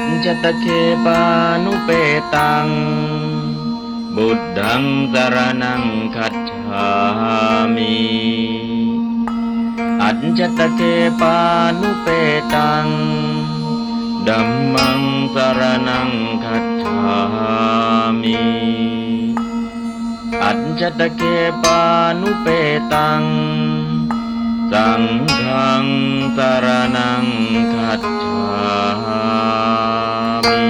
จตเคปานุเปตังบุตตังสรณังคัจฉามิอัจจตเคปานุเปตังธัมมังสรณังคัจฉามิอัจจตเคปานุเปตังสังฆังสรณังคัจฉามิ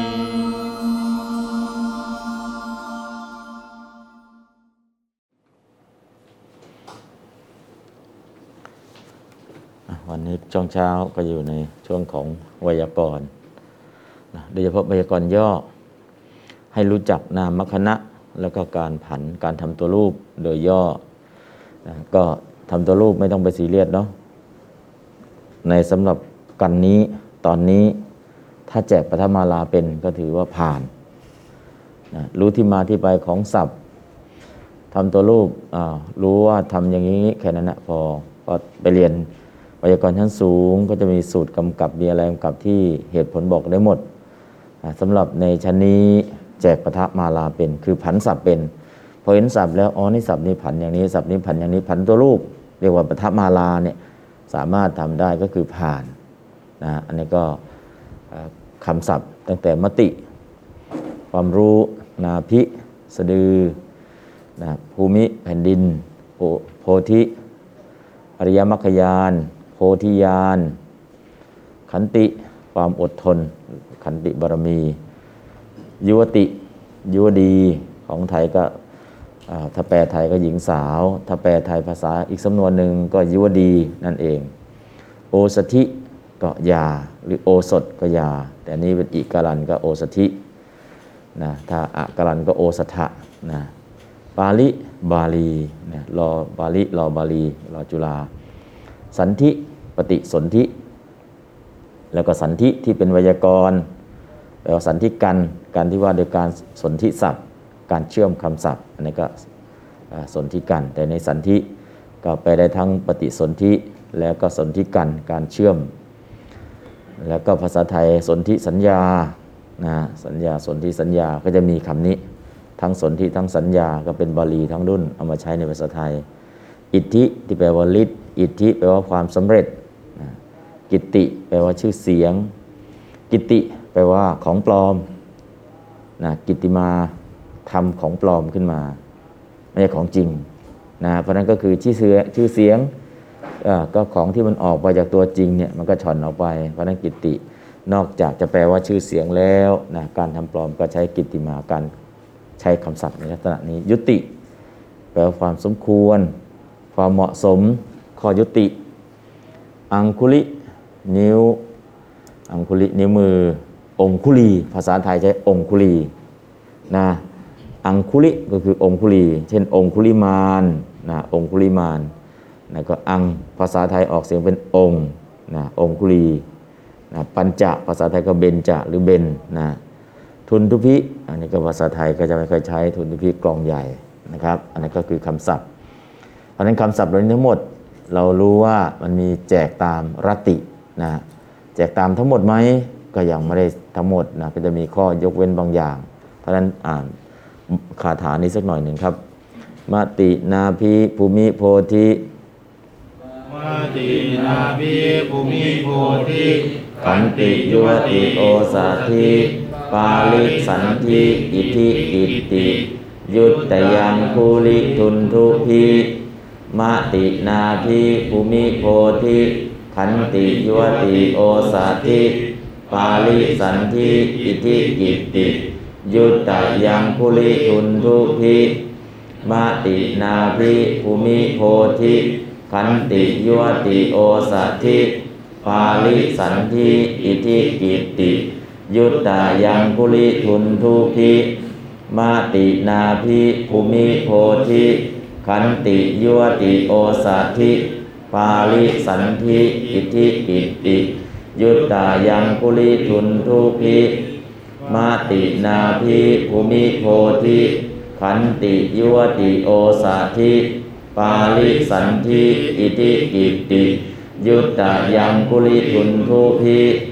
วันนี้ช่วงเช้าก็อยู่ในช่วงของไวยากรณ์โดยเฉพาะไวยากรณ์ย่อให้รู้จักนามคณะแล้วก็การผันการทำตัวรูปโดยย่อก็ทำตัวรูปไม่ต้องไปซีเรียสเนาะในสำหรับกันนี้ตอนนี้ถ้าแจกปฐมาลาเป็นก็ถือว่าผ่านรู้ที่มาที่ไปของศัพท์ทำตัวรูปรู้ว่าทำอย่างนี้แค่นั้นนะพอก็ไปเรียนไวยากรณ์ชั้นสูงก็จะมีสูตรกำกับมีอะไรกำกับที่เหตุผลบอกได้หมดสำหรับในชั้นนี้แจกปฐมาลาเป็นคือผันศัพท์เป็นพอเห็นศัพท์แล้วอ๋อนี่ศัพท์นี้ผันอย่างนี้ศัพท์นี้ผันอย่างนี้ผันตัวรูปเรียกว่าปฐมาลาเนี่ยสามารถทำได้ก็คือผ่านอันนี้ก็คำศัพท์ตั้งแต่มติความรู้นาภิสะดือภูมิแผ่นดินโพธิอริยมรรคญาณโพธิญาณขันติความอดทนขันติบารมียุวติยุวดีของไทยก็ถ้าแปลไทยก็หญิงสาวถ้าแปลไทยภาษาอีกสำนวนหนึ่งก็ยุวดีนั่นเองโอสถิก็ยาหรือโอสถก็ยาแต่นี้เป็นอิกาลันก็โอสถิถ้าอะกาลันก็โอสถะบาลิบาลีรอบาลิรอบาลีรอจุฬาสันธิปฏิสนธิแล้วก็สันธิที่เป็นไวยากรณ์แปลว่าสันธิกันที่ว่าโดยการสนธิศัพท์การเชื่อมคำศัพท์อันนี้ก็สนธิกันแต่ในสันธิก็ไปได้ทั้งปฏิสนธิแล้วก็สนธิกันการเชื่อมแล้วก็ภาษาไทยสนธิสัญญาสัญญาสนธิสัญญาก็จะมีคำนี้ทั้งสนธิทั้งสัญญาก็เป็นบาลีทั้งรุ่นเอามาใช้ในภาษาไทยอิทธิที่แปลว่าฤทธิ์อิทธิแปลว่าความสำเร็จกิตติแปลว่าชื่อเสียงกิตติแปลว่าของปลอมกิตติมาทำของปลอมขึ้นมาไม่ใช่ของจริงเพราะนั้นก็คือชื่อเสียงก็ของที่มันออกไปจากตัวจริงเนี่ยมันก็ฉ่อนออกไปเพราะนั้นกิตตินอกจากจะแปลว่าชื่อเสียงแล้วการทำปลอมก็ใช้กิตติมาการใช้คำศัพท์ในลักษณะนี้ยุติแปลว่าความสมควรความเหมาะสมข้อยุติอังคุลินิ้วอังคุลินิ้วมือองคุลีภาษาไทยใช้องคุลีอังคุลิก็คือองคุลีเช่นองคุลิมานองคุลิมานก็อังภาษาไทยออกเสียงเป็นององคุลีปัญจะภาษาไทยก็เบญจะหรือเบนทุนทุพิอันนี้ก็ภาษาไทยก็จะไม่ค่อยใช้ทุนทุพิกลองใหญ่นะครับอันนี้ก็คือคำศัพท์เพราะฉะนั้นคำศัพท์เหล่านี้ทั้งหมดเรารู้ว่ามันมีแจกตามรตติแจกตามทั้งหมดไหมก็ยังไม่ได้ทั้งหมดก็จะมีข้อยกเว้นบางอย่างเพราะฉะนั้นอ่านคาถานี้สักหน่อยหนึ่งครับมตินาภิภูมิโพธิมตินาภิภูมิโพธิขันติยุวติโอสาธิปาลิสันธิอิทธิกิตติยุตตยังภูริทุนทุพีมตินาภิภูมิโพธิขันติยุวติโอสาธิปาลิสันธิอิทธิกิตติยุตตยังภูริทุนทุพีมตินาภิภูมิโพธิขันติยุวติโอสาธิปาลิสันธิอิทธิกิตติยุตตยังภูริทุนทุพีมตินาภิภูมิโพธิขันติยุวติโอสาธิปาลิสันธิอิทธิกิตติยุตตยังภูริทุนทุพีมตินาภิภูมิโพธิขันติยุวติโอสาธิปาลิสันธิอิทธิกิตติยุตตยังภูริทุนทุพีม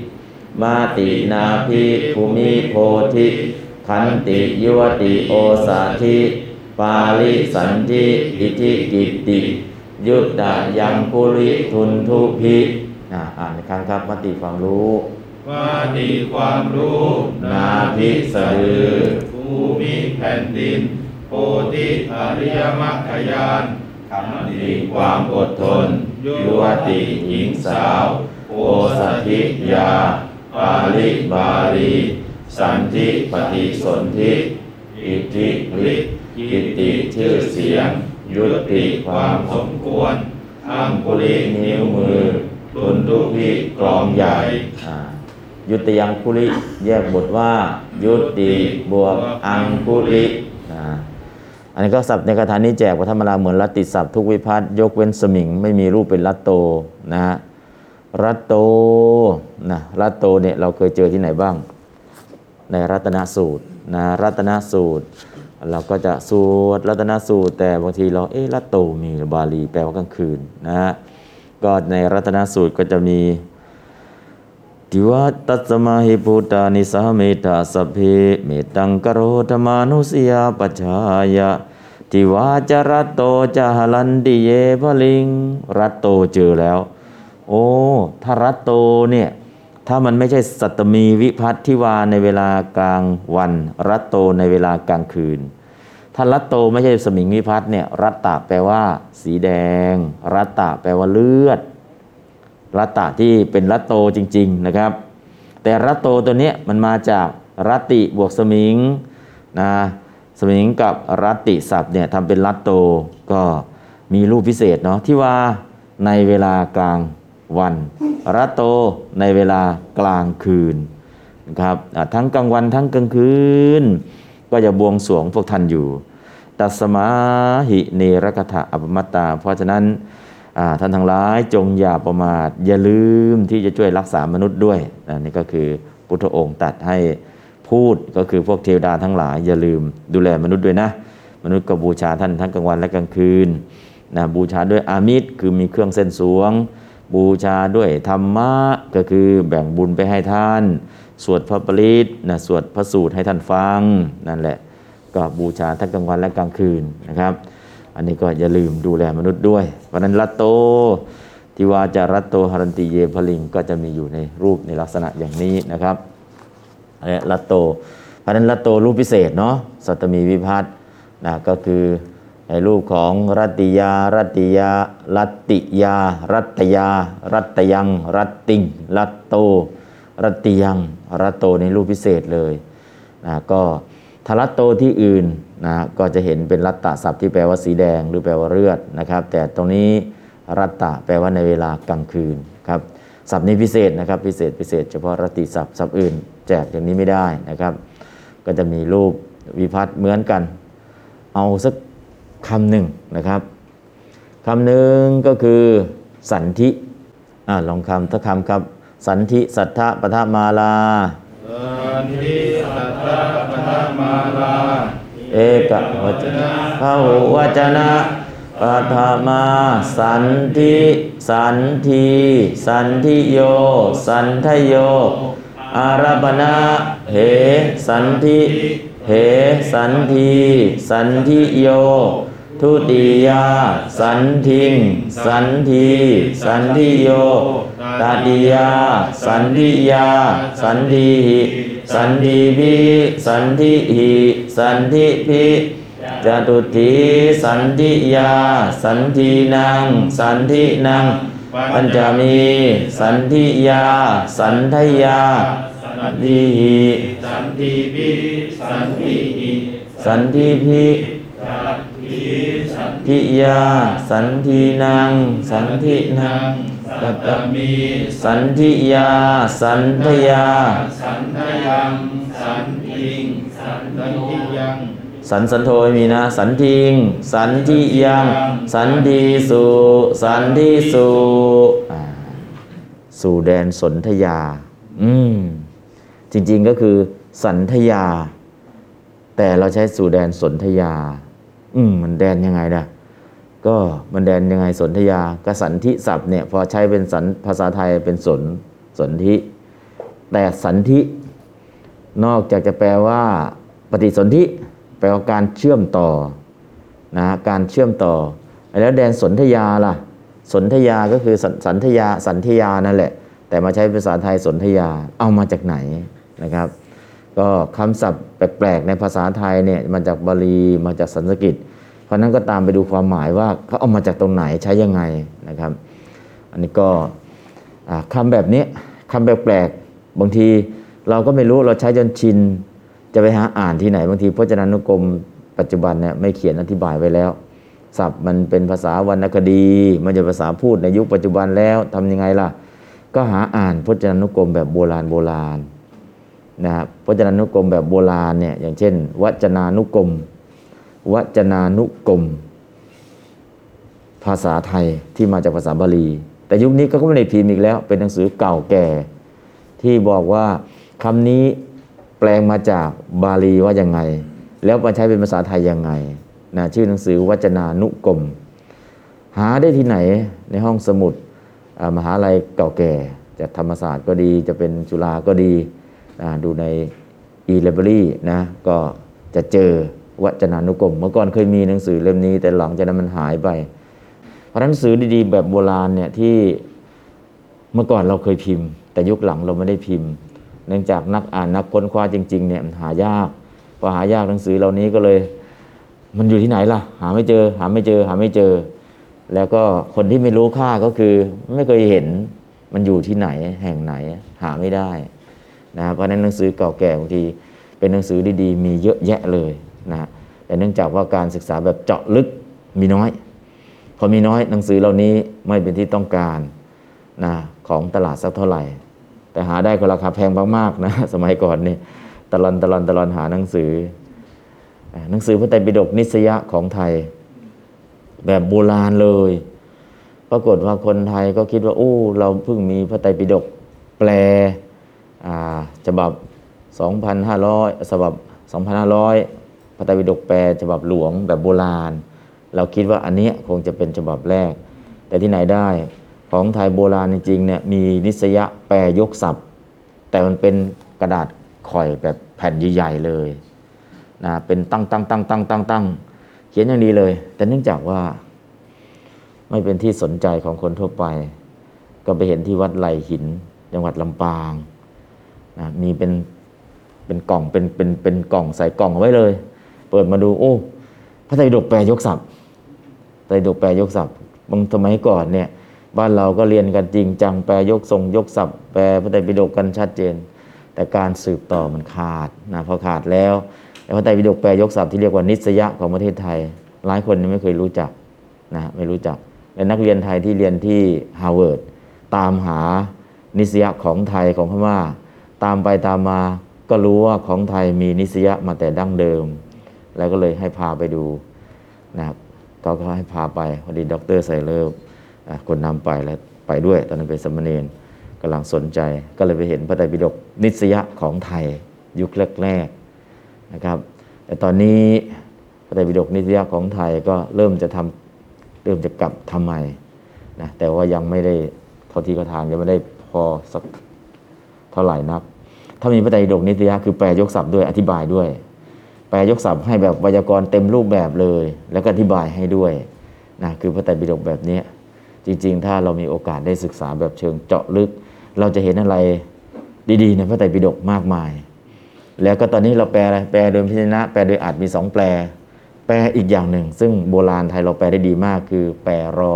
มาตินาภิภูมิโพธิขันติยุวติโอสาธิปาลิสันธิอิทิกิตติยุตตะยังปุริทุนทุพิอ่านอีกครั้งครับมติความรู้มาติความรู้นาภิสะดือภูมิแผ่นดินโพธิอริยมรรคญาณขันติความอดทนยุวติหญิงสาวโอสถิยาปาลิบาลีสันธิปฏิสนธิอิทธิฤทธิกิตติชื่อเสียงยุติความสมควรอังคุลินิ้วมือทุนทุพิกลองใหญ่ยุติยังคุลิแยกบทว่ายุติบวกอังคุลิอันนี้ก็ศัพท์ในคาถานี้แจกวัฒธรรมราเหมือนรัตติศัพท์ทุกวิภัตยกเว้นสมิงไม่มีรูปเป็นรัตโตนะฮะรัตโตนะรัตโตเนี่ยเราเคยเจอที่ไหนบ้างในรัตนสูตรนะรัตนสูตรเราก็จะสวดรัตนสูตรแต่บางทีเรารัตโตมีบาลีแปลว่ากลางคืนนะฮะก็ในรัตนสูตรก็จะมีทิวตัสสมาหิพุตานิสหเมตาสัพเพเมตังกโรธมานุสยาปัจฉายะทิวาจรัตโตจหลันติเยพลิงรัตโตเจอแล้วโอ้ถ้ารัตโตเนี่ยถ้ามันไม่ใช่สัตตมีวิภัตทิวาในเวลากลางวันรัตโตในเวลากลางคืนถ้ารัตโตไม่ใช่สมิงวิภัตเนี่ยรัตตะแปลว่าสีแดงรัตตะแปลว่าเลือดรัตตะที่เป็นรัตโตจริงๆนะครับแต่รัตโตตัวเนี้ยมันมาจากรัตติบวกสมิงนะสมิงกับรัตติศัพท์เนี่ยทำเป็นรัตโตก็มีรูปพิเศษเนาะที่ว่าในเวลากลางวันรัตโตในเวลากลางคืนนะครับทั้งกลางวันทั้งกลางคืนก็จะบวงสรวงพวกท่านอยู่ตัสมาหิเนรคถะอปมัตตาเพราะฉะนั้นท่านทั้งหลายจงอย่าประมาทอย่าลืมที่จะช่วยรักษามนุษย์ด้วยนี่ก็คือพุทธองค์ตรัสให้พูดก็คือพวกเทวดาทั้งหลายอย่าลืมดูแลมนุษย์ด้วยนะมนุษย์ก็บูชาท่านทั้งกลางวันและกลางคืนนะบูชาด้วยอามิตรคือมีเครื่องเส้นสวงบูชาด้วยธรรมะก็คือแบ่งบุญไปให้ท่านสวดพระปริตนะสวดพระสูตรให้ท่านฟังนั่นแหละก็บูชาทั้งกลางวันและกลางคืนนะครับอันนี้ก็อย่าลืมดูแลมนุษย์ด้วยเพราะนั้นรัตโตที่ว่าจะรัตโตหรันติเยพลิงก็จะมีอยู่ในรูปในลักษณะอย่างนี้นะครับอันนี้รัตโตเพราะนั้นรัตโตรูปพิเศษเนาะสัตตมีวิภัตนะก็คือในรูปของรัตติยารัตติยารัตติยารัตตยารัตตยังรัตติงรัตโตรัตติยังรัตโตในรูปพิเศษเลยนะก็ถ้ารัตโตที่อื่นนะก็จะเห็นเป็นรัตตะศัพท์ที่แปลว่าสีแดงหรือแปลว่าเลือดนะครับแต่ตรงนี้รัตตะแปลว่าในเวลากลางคืนครับศัพท์นี้พิเศษนะครับพิเศษเฉพาะรัตติศัพท์อื่นแจกอย่างนี้ไม่ได้นะครับก็จะมีรูปวิภัตเหมือนกันเอาสักคำหนึ่งนะครับคำหนึ่งก็คือสันธิลองคำถ้าคำครับสันธิสัทธะปทมาลาสันธิสัทธะปทมาลาเอกวจนะพหุวจนะปทมาสันธิสันทีสันธิโยสันทโยอารัปนะเหสันธิเหสันทีสันธิโยทุติยาสันทิงสันทีสันธิโยตติยาสันธิยาสันทีหิสันทีพิสันธิหิสันธิพิจตุถีสันธิยาสันทีนังสันธินังปัญจมีสันธิยาสันทยาสันธิหิสันธิพิสันธิหิสันธิพิทิยาสันทีนังสันทินังสัตตมีสันทิยาสันทยาสันทยังสันทิงสันทิยังสันโทไม่มีนะสันทิงสันทิยังสันทีสุสันทิสุสู่แดนสนธยาจริงๆก็คือสันธยาแต่เราใช้สู่แดนสนธยามันแดนยังไงล่ะก็มันแดนยังไงสนธยากสันธิศัพท์เนี่ยพอใช้เป็นภาษาไทยเป็นสนธิแต่สันธินอกจากจะแปลว่าปฏิสนธิแปลว่าการเชื่อมต่อนะการเชื่อมต่อแล้วแดนสนธยาล่ะสนธยาก็คือสันธยาสันธยานั่นแหละแต่มาใช้ภาษาไทยสนธยาเอามาจากไหนนะครับก็คำศัพท์แปลกๆในภาษาไทยเนี่ยมาจากบาลีมาจากสันสกฤตเพราะนั้นก็ตามไปดูความหมายว่าเขาเอามาจากตรงไหนใช้ยังไงนะครับอันนี้ก็คำแบบนี้คำแปลกๆบางทีเราก็ไม่รู้เราใช้จนชินจะไปหาอ่านที่ไหนบางทีพจนานุกรมปัจจุบันเนี่ยไม่เขียนอธิบายไว้แล้วศัพท์มันเป็นภาษาวรรณคดีมันจะภาษาพูดในยุคปัจจุบันแล้วทำยังไงล่ะก็หาอ่านพจนานุกรมแบบโบราณนะครับพจนานุกรมแบบโบราณเนี่ยอย่างเช่นวจนานุกรมภาษาไทยที่มาจากภาษาบาลีแต่ยุคนี้ก็ไม่ได้พิมพ์อีกแล้วเป็นหนังสือเก่าแก่ที่บอกว่าคำนี้แปลงมาจากบาลีว่ายังไงแล้วมาใช้เป็นภาษาไทยยังไงนะชื่อหนังสือวจนานุกรมหาได้ที่ไหนในห้องสมุดมหาลัยเก่าแก่จะธรรมศาสตร์ก็ดีจะเป็นจุฬาก็ดีดูใน e-library นะก็จะเจอวจนานุกรมเมื่อก่อนเคยมีหนังสือเล่มนี้แต่หลังจากนั้นมันหายไปเพราะหนังสือดีๆแบบโบราณเนี่ยที่เมื่อก่อนเราเคยพิมพ์แต่ยุคหลังเราไม่ได้พิมพ์เนื่องจากนักอ่านนักค้นคว้าจริงๆเนี่ยมันหายากพอหายากหนังสือเหล่านี้ก็เลยมันอยู่ที่ไหนล่ะหาไม่เจอแล้วก็คนที่ไม่รู้ค่าก็คือไม่เคยเห็นมันอยู่ที่ไหนแห่งไหนหาไม่ได้นะเพราะฉะนั้นหนังสือเก่าแก่บางทีเป็นหนังสือดีๆมีเยอะแยะเลยนะแต่เนื่องจากว่าการศึกษาแบบเจาะลึกมีน้อยพอมีน้อยหนังสือเหล่านี้ไม่เป็นที่ต้องการนะของตลาดสักเท่าไหร่แต่หาได้ก็ราคาแพงมากๆนะสมัยก่อนนี่ตลอนหาหนังสือพระไตรปิฎกนิสยะของไทยแบบโบราณเลยปรากฏว่าคนไทยก็คิดว่าเราเพิ่งมีพระไตรปิฎกแปลฉบับ 2,500 ฉบับ 2,500 พระไตรปิฎกแปลฉบับหลวงแบบโบราณเราคิดว่าอันนี้คงจะเป็นฉบับแรกแต่ที่ไหนได้ของไทยโบราณจริงๆเนี่ยมีนิสยะแปลยกศัพท์แต่มันเป็นกระดาษข่อยแบบแผ่นใหญ่ๆเลยนะเป็นตั้งเขียนอย่างดีเลยแต่เนื่องจากว่าไม่เป็นที่สนใจของคนทั่วไปก็ไปเห็นที่วัดไหล่หินจังหวัดลำปางนะมีเป็นกล่องเป็นกล่องใส่กล่องเอาไว้เลยเปิดมาดูพระไตรปิฎกแปลยกศัพท์ไตรปิฎกแปลยกศัพท์บางสมัยก่อนเนี่ยบ้านเราก็เรียนกันจริงจังแปลยกทรงยกศัพท์แปลพระไตรปิฎกกันชัดเจนแต่การสืบต่อมันขาดนะพอขาดแล้วพระไตรปิฎกแปลยกศัพท์ที่เรียกว่านิสยะของประเทศไทยหลายคนยังไม่เคยรู้จักนะไม่รู้จักและนักเรียนไทยที่เรียนที่ฮาร์วาร์ดตามหานิสยะของไทยของพม่าตามไปตามมาก็รู้ว่าของไทยมีนิสยะมาแต่ดั้งเดิมแล้วก็เลยให้พาไปดูนะครับเขาก็ให้พาไปพอดีดร.ไซเลอร์คนนำไปแล้วไปด้วยตอนนั้นเป็นสามเณรกำลังสนใจก็เลยไปเห็นพระไตรปิฎกนิสยะของไทยยุคแรกๆนะครับแต่ตอนนี้พระไตรปิฎกนิสยะของไทยก็เริ่มจะกลับทำใหม่นะแต่ว่ายังไม่ได้เท่าที่เขาทางยังไม่ได้พอสักเท่าไหร่นักถ้ามีพระไตรปิฎกนิสยะคือแปลยกศัพท์ด้วยอธิบายด้วยแปลยกศัพท์ให้แบบไวยากรณ์เต็มรูปแบบเลยแล้วก็อธิบายให้ด้วยนะคือพระไตรปิฎกแบบนี้จริงๆถ้าเรามีโอกาสได้ศึกษาแบบเชิงเจาะลึกเราจะเห็นอะไรดีๆในพระไตรปิฎกมากมายแล้วก็ตอนนี้เราแปลอะไรแปลโดยพิจารณาแปลโดยอาจมี2แปลอีกอย่างหนึ่งซึ่งโบราณไทยเราแปลได้ดีมากคือแปลร้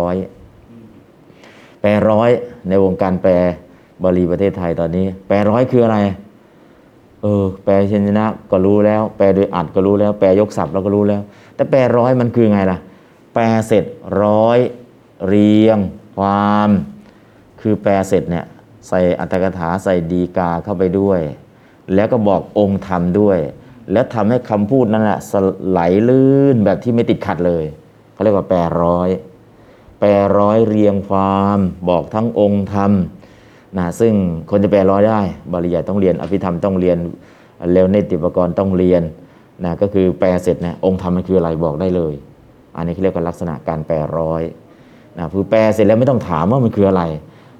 อยในวงการแปลบาลีประเทศไทยตอนนี้แปลร้อยคืออะไรแปลชนะก็รู้แล้วแปลโดยอัดก็รู้แล้วแปลยกศัพท์เราก็รู้แล้วแต่แปลร้อยมันคือไงล่ะแปลเสร็จร้อยเรียงความคือแปลเสร็จเนี่ยใส่อรรถกถาใส่ดีกาเข้าไปด้วยแล้วก็บอกองค์ธรรมด้วยแล้วทำให้คำพูดนั้นแหละไหลลื่นแบบที่ไม่ติดขัดเลยเขาเรียกว่าแปลร้อยเรียงความบอกทั้งองค์ธรรมนะซึ่งคนจะแปลร้อยได้บาลีใหญ่ต้องเรียนอภิธรรมต้องเรียนแล้วเนติปกรณ์ต้องเรียนนะก็คือแปลเสร็จเนี่ยองค์ธรรมมันคืออะไรบอกได้เลยอันนี้เขาเรียกว่าลักษณะการแปลร้อยนะคือแปลเสร็จแล้วไม่ต้องถามว่ามันคืออะไร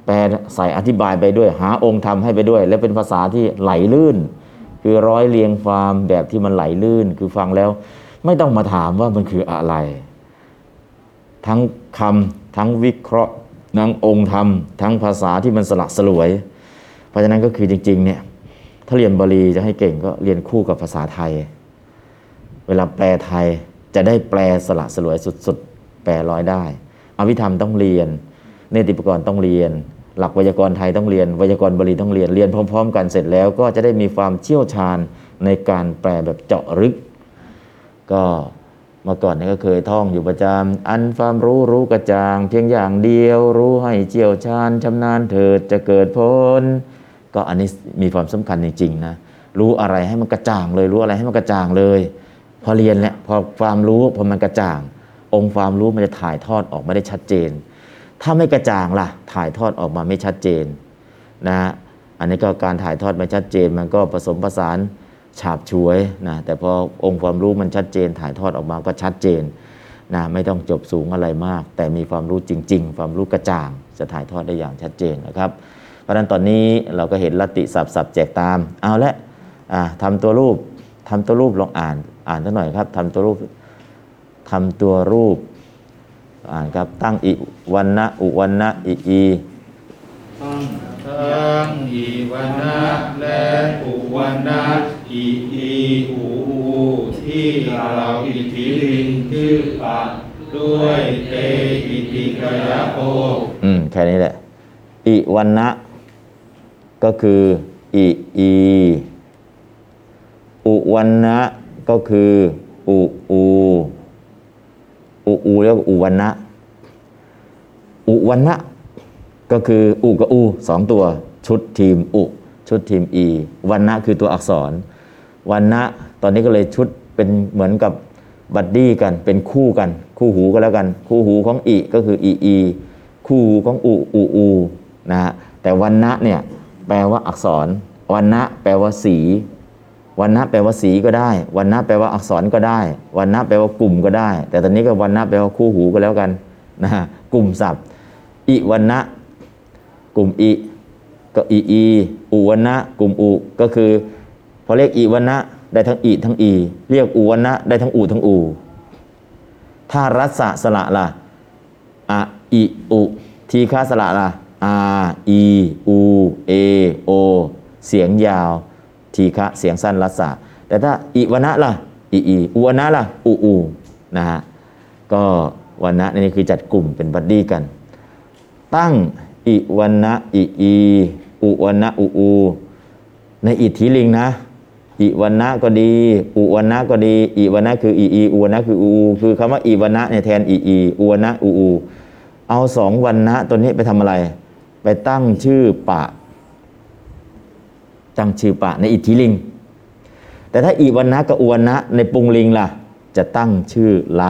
แปลใส่อธิบายไปด้วยหาองค์ธรรมให้ไปด้วย และเป็นภาษาที่ไหลลื่น คือร้อยเรียงความแบบที่มันไหลลื่น คือฟังแล้วไม่ต้องมาถามว่ามันคืออะไร ทั้งคำทั้งวิเคราะห์ทั้งองค์ธรรมทั้งภาษาที่มันสละสลวย เพราะฉะนั้นก็คือจริงๆเนี่ยถ้าเรียนบาลีจะให้เก่งก็เรียนคู่กับภาษาไทย เวลาแปลไทยจะได้แปลสละสลวยสุดๆแปลร้อยได้อภิธรรมต้องเรียนเนติปกรณ์ต้องเรียนหลักไวยากรณ์ไทยต้องเรียนไวยากรณ์บาลีต้องเรียนพร้อมๆกันเสร็จแล้วก็จะได้มีความเชี่ยวชาญในการแปลแบบเจาะลึกก็เมื่อก่อนนี่ก็เคยท่องอยู่ประจำอันความรู้กระจ่างเพียงอย่างเดียวรู้ให้เชี่ยวชาญชำนาญเถิดจะเกิดผลก็อันนี้มีความสำคัญจริงๆนะรู้อะไรให้มันกระจ่างเลยรู้อะไรให้มันกระจ่างเลยพอเรียนแล้วพอความรู้พอมันกระจ่างองค์ความรู้มันจะถ่ายทอดออกมาได้ชัดเจนถ้าไม่กระจ่างล่ะถ่ายทอดออกมาไม่ชัดเจนนะอันนี้ก็การถ่ายทอดไม่ชัดเจนมันก็ผสมผสานฉาบฉวยนะแต่พอองค์ความรู้มันชัดเจนถ่ายทอดออกมาก็ชัดเจนนะไม่ต้องจบสูงอะไรมากแต่มีความรู้จริงๆความรู้กระจ่างจะถ่ายทอดได้อย่างชัดเจนนะครับเพราะฉะนั้นตอนนี้เราก็เห็นลัตติสับแจกตามเอาละทำตัวรูปลองอ่านสักหน่อยครับทำตัวรูปอ่านครับตั้งอิวันนะอุวันนะอีทั้งอิวันนะและอุวันนะอีอูที่เราอิทธิลิงชื่อปะด้วยเตอิติกยะโภแค่นี้แหละอิวันนะก็คืออีอุวันนะก็คืออูแล้วก็อุวันนะอุวันนะก็คืออุกับอูสองตัวชุดทีมอุชุดทีมอีวันนะคือตัวอักษรวันนะตอนนี้ก็เลยชุดเป็นเหมือนกับบัดดี้กันเป็นคู่กันคู่หูก็แล้วกันคู่หูของอีก็คืออีคู่หูของอูนะฮะแต่วันนะเนี่ยแปลว่าอักษรวันนะแปลว่าสีวันนะแปลว่าสีก็ได้วันนะแปลว่าอักษรก็ได้วันนะแปลว่ากลุ่มก็ได้แต่ตอนนี้ก็วันนะแปลว่าคู่หูก็แล้วกันนะฮะกลุ่มศัพท์อิวันนะกลุ่มอิก็อีอุวันนะกลุ่มอุก็คือพอเรียกอิวันนะได้ทั้งอิทั้งอีเรียกอุวันนะได้ทั้งอุทั้งอูถ้ารัสสระล่ะอะอิอุทีฆาสระล่ะอาอีอูเอโอเสียงยาวทีฆะเสียงสั้นรัสสะแต่ถ้าอิวันนะล่ะอีอุวันนะล่ะอูนะฮะก็วันนะนี่คือจัดกลุ่มเป็นบัดดี้กันตั้งอิวันนะอีอุวันนะอูในอิทธิลิงนะอิวันนะก็ดีอุวันนะก็ดีอิวันนะคืออีอุวันนะคืออูคือคำว่าอิวันนะเนี่ยแทนอีอุวันนะอูเอาสองวันนะตัวนี้ไปทำอะไรไปตั้งชื่อปะในอิทธิลิงแต่ถ้าอิวันนะกับอุวันนะในปุงลิงล่ะจะตั้งชื่อละ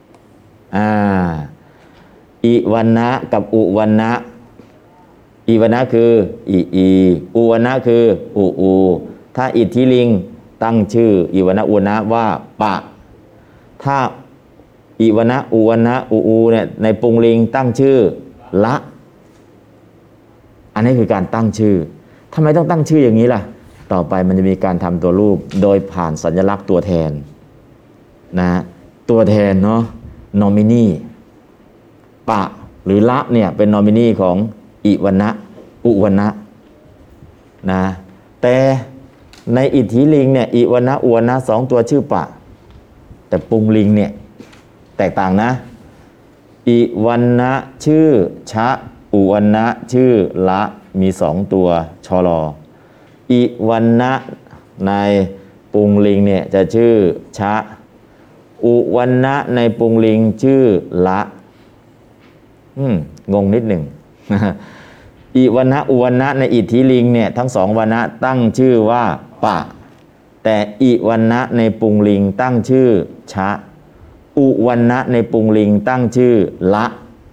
อิวันนะกับอุวันนะอิวันนะคืออีอุวันนะคืออูถ้าอิทธิลิงตั้งชื่ออิวันนะอุวันนะว่าปะถ้าอิวันนะอุวันนะอูเนี่ยในปุงลิงตั้งชื่อละอันนี้คือการตั้งชื่อทำไมต้องตั้งชื่ออย่างนี้ล่ะต่อไปมันจะมีการทำตัวรูปโดยผ่านสัญลักษณ์ตัวแทนนะตัวแทนเนาะนอมินีปะหรือละเนี่ยเป็นนอมินีของอิวันนะอุวันนะนะแต่ในอิทธิลิงเนี่ยอิวันนะอุวันนะสองตัวชื่อปะแต่ปุงลิงเนี่ยแตกต่างนะอิวันนะชื่อชะอุวันนะชื่อละมีสองตัวชลอิวันนะในปุงลิงเนี่ยจะชื่อชะอุวันนะในปุงลิงชื่อละงงนิดหนึ่งอิวันนะอุวันนะในอิทธิลิงเนี่ยทั้งสองวันนะตั้งชื่อว่าปะแต่อิวันนะในปุงลิงตั้งชื่อชะอุวันนะในปุงลิงตั้งชื่อละ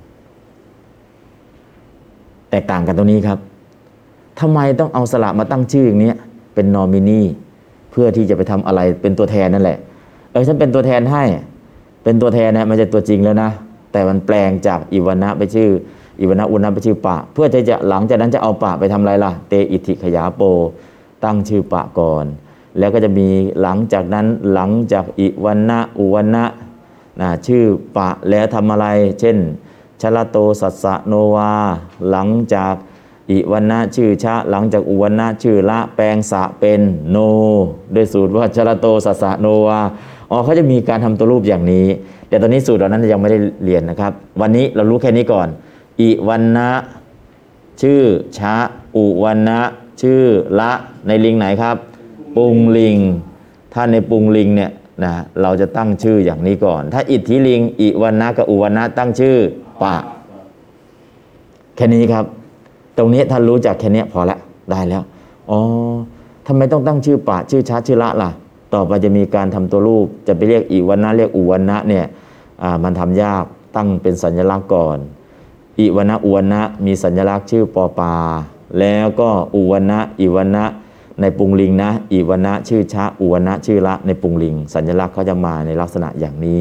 แตกต่างกันตรงนี้ครับทำไมต้องเอาสระมาตั้งชื่ออย่างนี้เป็นนอมินีเพื่อที่จะไปทำอะไรเป็นตัวแทนนั่นแหละฉันเป็นตัวแทนให้เป็นตัวแทนนะไม่ใช่ตัวจริงแล้วนะแต่มันแปลงจากอิวันนะไปชื่ออิวนะอุวนะไปชื่อปะเพื่อที่จะหลังจากนั้นจะเอาปะไปทำอะไรล่ะเตอิทธิขยาโปตั้งชื่อปะก่อนแล้วก็จะมีหลังจากนั้นหลังจากอิวันนะอุวันนะชื่อปะแล้วทำอะไรเช่นชลโตสัสสะโนวาหลังจากอิวันนะชื่อชะหลังจากอุวันนะชื่อละแปลงสะเป็นโนด้วยสูตรว่าชลโตสัสสะโนวาเขาจะมีการทำตัวรูปอย่างนี้แต่ตอนนี้สูตรเหล่านั้นยังไม่ได้เรียนนะครับวันนี้เรารู้แค่นี้ก่อนอิวันนะชื่อชะอุวันนะชื่อละในลิงไหนครับปุงลิงถ้าในปุงลิงเนี่ยเราจะตั้งชื่ออย่างนี้ก่อนถ้าอิทธิลิงอิวันนะกับอุวันนะตั้งชื่อปะแค่นี้ครับตรงนี้ท่านรู้จักแค่นี้พอละได้แล้วทำไมต้องตั้งชื่อปะชื่อชะชื่อละล่ะต่อไปจะมีการทำตัวรูปจะไปเรียกอิวันนะเรียกอุวันนะเนี่ยมันทำยากตั้งเป็นสัญลักษณ์ก่อนอิวันนะอุวันนะมีสัญลักษณ์ชื่อปอปาแล้วก็อุวันนะอิวันนะในปุงลิงนะอิวันนะชื่อชะอุวันนะชื่อละในปุงลิงสัญลักษณ์เขาจะมาในลักษณะอย่างนี้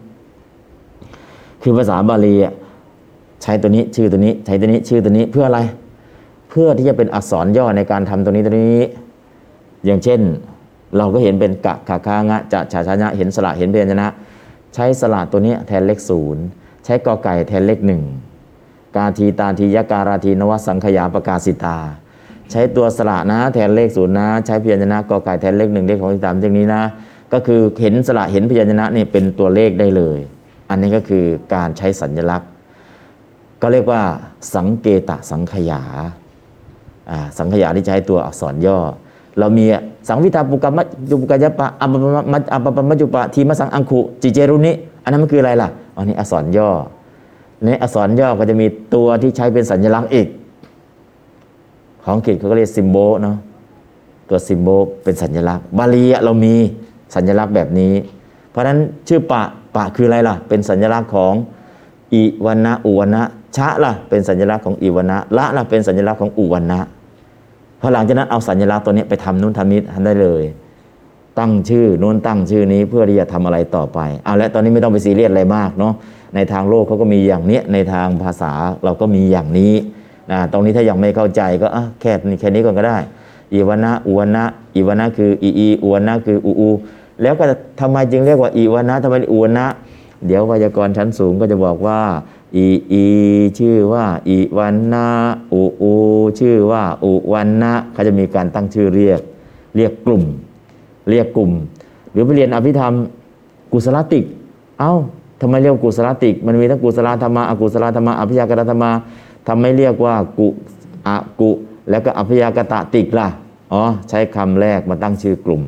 คือภาษาบาลีใช้ตัวนี้ชื่อตัวนี้ใช้ตัวนี้ชื่อตัวนี้เพื่ออะไรเพื่อที่จะเป็นอักษรย่อในการทำตัวนี้อย่างเช่นเราก็เห็นเป็นกะขะคางะจะฉะชะญะเห็นสระเห็นพยัญชนะใช้สระตัวนี้แทนเลข0ใช้กอไก่แทนเลข1กาทีตาทียการาทีนวสังขยาประกาศิตาใช้ตัวสระนะแทนเลข0นะใช้พยัญชนะกอไก่แทนเลข1เลขของ3อย่างนี้นะก็คือเห็นสระเห็นพยัญชนะนี่เป็นตัวเลขได้เลยอันนี้ก็คือการใช้สัญลักษณ์ก็เรียกว่าสังเกตสังขยาสังขยาที่ใช้ตัวอักษรย่อเรามีสังวิตาปุกมัจจุปกายปะอัปปมัจจุปะทีมสังอังคุจิเจรุนิอันนั้นมันคืออะไรล่ะอันนี้อักษรย่อในอักษรย่อก็จะมีตัวที่ใช้เป็นสัญลักษณ์อีกของอังกฤษเขาก็เรียกซิมโบลเนาะตัวซิมโบลเป็นสัญลักษณ์บาลีเรามีสัญลักษณ์แบบนี้เพราะฉะนั้นชื่อปะคืออะไรล่ะเป็นสัญลักษณ์ของอิวันนะอุวันนะชะล่ะเป็นสัญลักษณ์ของอิวันนะละล่ะเป็นสัญลักษณ์ของอุวันนะพอหลังจากนั้นเอาสัญลักษณ์ตัวนี้ไปทำนู้นทำนี้ทำได้เลยตั้งชื่อนู้นตั้งชื่อนี้เพื่อที่จะทำอะไรต่อไปเอาละตอนนี้ไม่ต้องไปซีเรียสอะไรมากเนาะในทางโลกเขาก็มีอย่างนี้ในทางภาษาเราก็มีอย่างนี้ตรงนี้ถ้ายังไม่เข้าใจก็แค่นี้ก่อนก็ได้อิวานะอุวานะอิวานะคืออีอุวานะคืออูแล้วก็ทำไมจึงเรียกว่าอิวานะทำไมอุวานะเดี๋ยวไวยากรณ์ชั้นสูงก็จะบอกว่าอีชื่อว่าอิวันนะอูชื่อว่าอุวันนะเขาจะมีการตั้งชื่อเรียกกลุ่มหรือไปเรียนอภิธรรมกุศลติกทำไมเรียกกุศลติกมันมีทั้งกุศลธรรมะอกุศลธรรมะอภิยากตธรรมะทำไมเรียกว่ากุแล้วก็อภิยากตติกล่ะใช้คำแรกมาตั้งชื่อกลุ่ม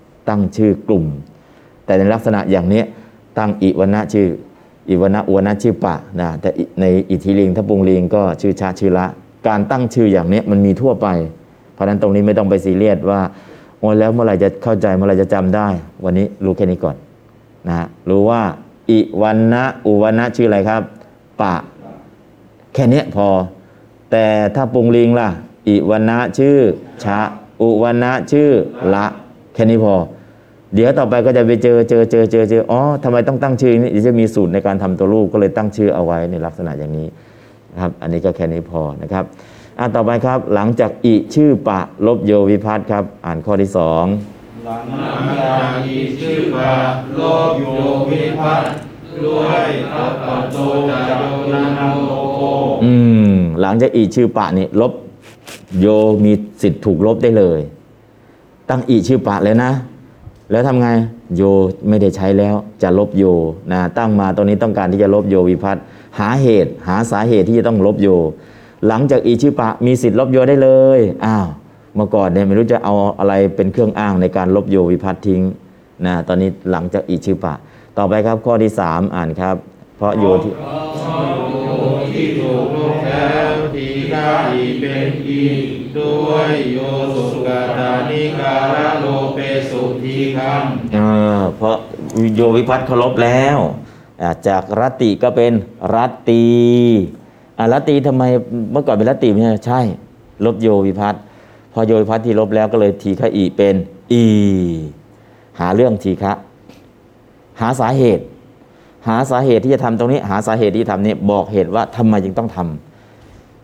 แต่ในลักษณะอย่างนี้ตั้งอิวันนะชื่ออิวานะอุวานะชื่อปะแต่ในอิทธิลิงถ้าปุงลิงก็ชื่อชาชื่อละการตั้งชื่ออย่างนี้มันมีทั่วไปเพราะฉะนั้นตรงนี้ไม่ต้องไปซีเรียสว่าแล้วเมื่อไหร่จะเข้าใจเมื่อไหร่จะจำได้วันนี้รู้แค่นี้ก่อนรู้ว่าอิวันนะอุวานะชื่ออะไรครับปะแค่นี้พอแต่ถ้าปุงลิงล่ะอิวันนะชื่อชะอุวานะชื่อละแค่นี้พอเดี๋ยวต่อไปก็จะไปเจอทำไมต้องตั้งชื่อนี้จะมีสูตรในการทำตัวรูปก็เลยตั้งชื่อเอาไว้ในลักษณะอย่างนี้ครับอันนี้ก็แค่นี้พอนะครับต่อไปครับหลังจากอิชื่อปะลบโยวิภัตครับอ่านข้อที่2 หลังจากอิชื่อปะลบโยวิภัตด้วยอัปปโตจโยนันโตโกหลังจากอิชื่อปะนี่ลบโยมีสิทธิ์ถูกลบได้เลยตั้งอิชื่อปะเลยนะแล้วทำไงโยไม่ได้ใช้แล้วจะลบโยตั้งมาตรงนี้ต้องการที่จะลบโยวิภัตหาสาเหตุที่จะต้องลบโยหลังจากอิชื่อปะมีสิทธิ์ลบโยได้เลยเมื่อก่อนเนี่ยไม่รู้จะเอาอะไรเป็นเครื่องอ้างในการลบโยวิภัตทิ้งตอนนี้หลังจากอิชื่อปะต่อไปครับข้อที่3อ่านครับเพราะโยที่ถูกลบแล้วทีฆะอีเป็นอีด้วยโยสุกตานิการะโลเปสุทีคังเพราะโยวิภัตเขาลบแล้วจากรัตติก็เป็นรัตตีรัตตีทำไมเมื่อก่อนเป็นรัตติไม่ใช่ลบโยวิภัตพอโยวิภัตที่ลบแล้วก็เลยทีฆะอีเป็นอีหาเรื่องทีฆะหาสาเหตุที่จะทำตรงนี้หาสาเหตุที่ทำนี้บอกเหตุว่าทำไมจึงต้องท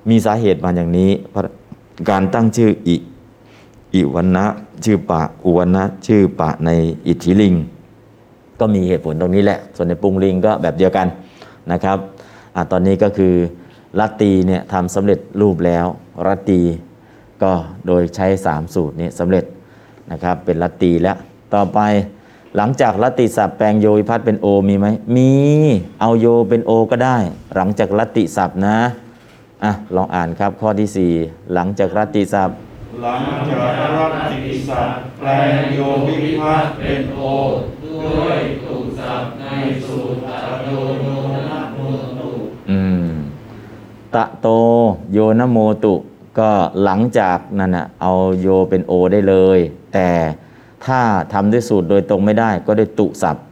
มีสาเหตุมาอย่างนี้การตั้งชื่ออิวรรณะชื่อปะอุวรรณะชื่อปะในอิทธิลิงก็มีเหตุผลตรงนี้แหละส่วนในปุงลิงก็แบบเดียวกันนะครับตอนนี้ก็คือลัตตีเนี่ยทำสำเร็จรูปแล้วลัตตีก็โดยใช้3สูตรนี้สำเร็จนะครับเป็นลัตตีแล้วต่อไปหลังจากลัตติศัพท์แปลงโยวิภัตเป็นโอมีไหมมีเอาโยเป็นโอก็ได้หลังจากลัตติศัพท์นะลองอ่านครับข้อที่4หลังจากลัตติศัพท์หลังจากรัตติศัพท์แปลงโยวิภัตเป็นโอด้วยตุศัพท์ในสูตรตะโยโนนะโมตุตะโตโยนะโมตุก็หลังจากนั้นเอาโยเป็นโอได้เลยแต่ถ้าทำด้วยสูตรโดยตรงไม่ได้ก็ด้วยตุศัพท์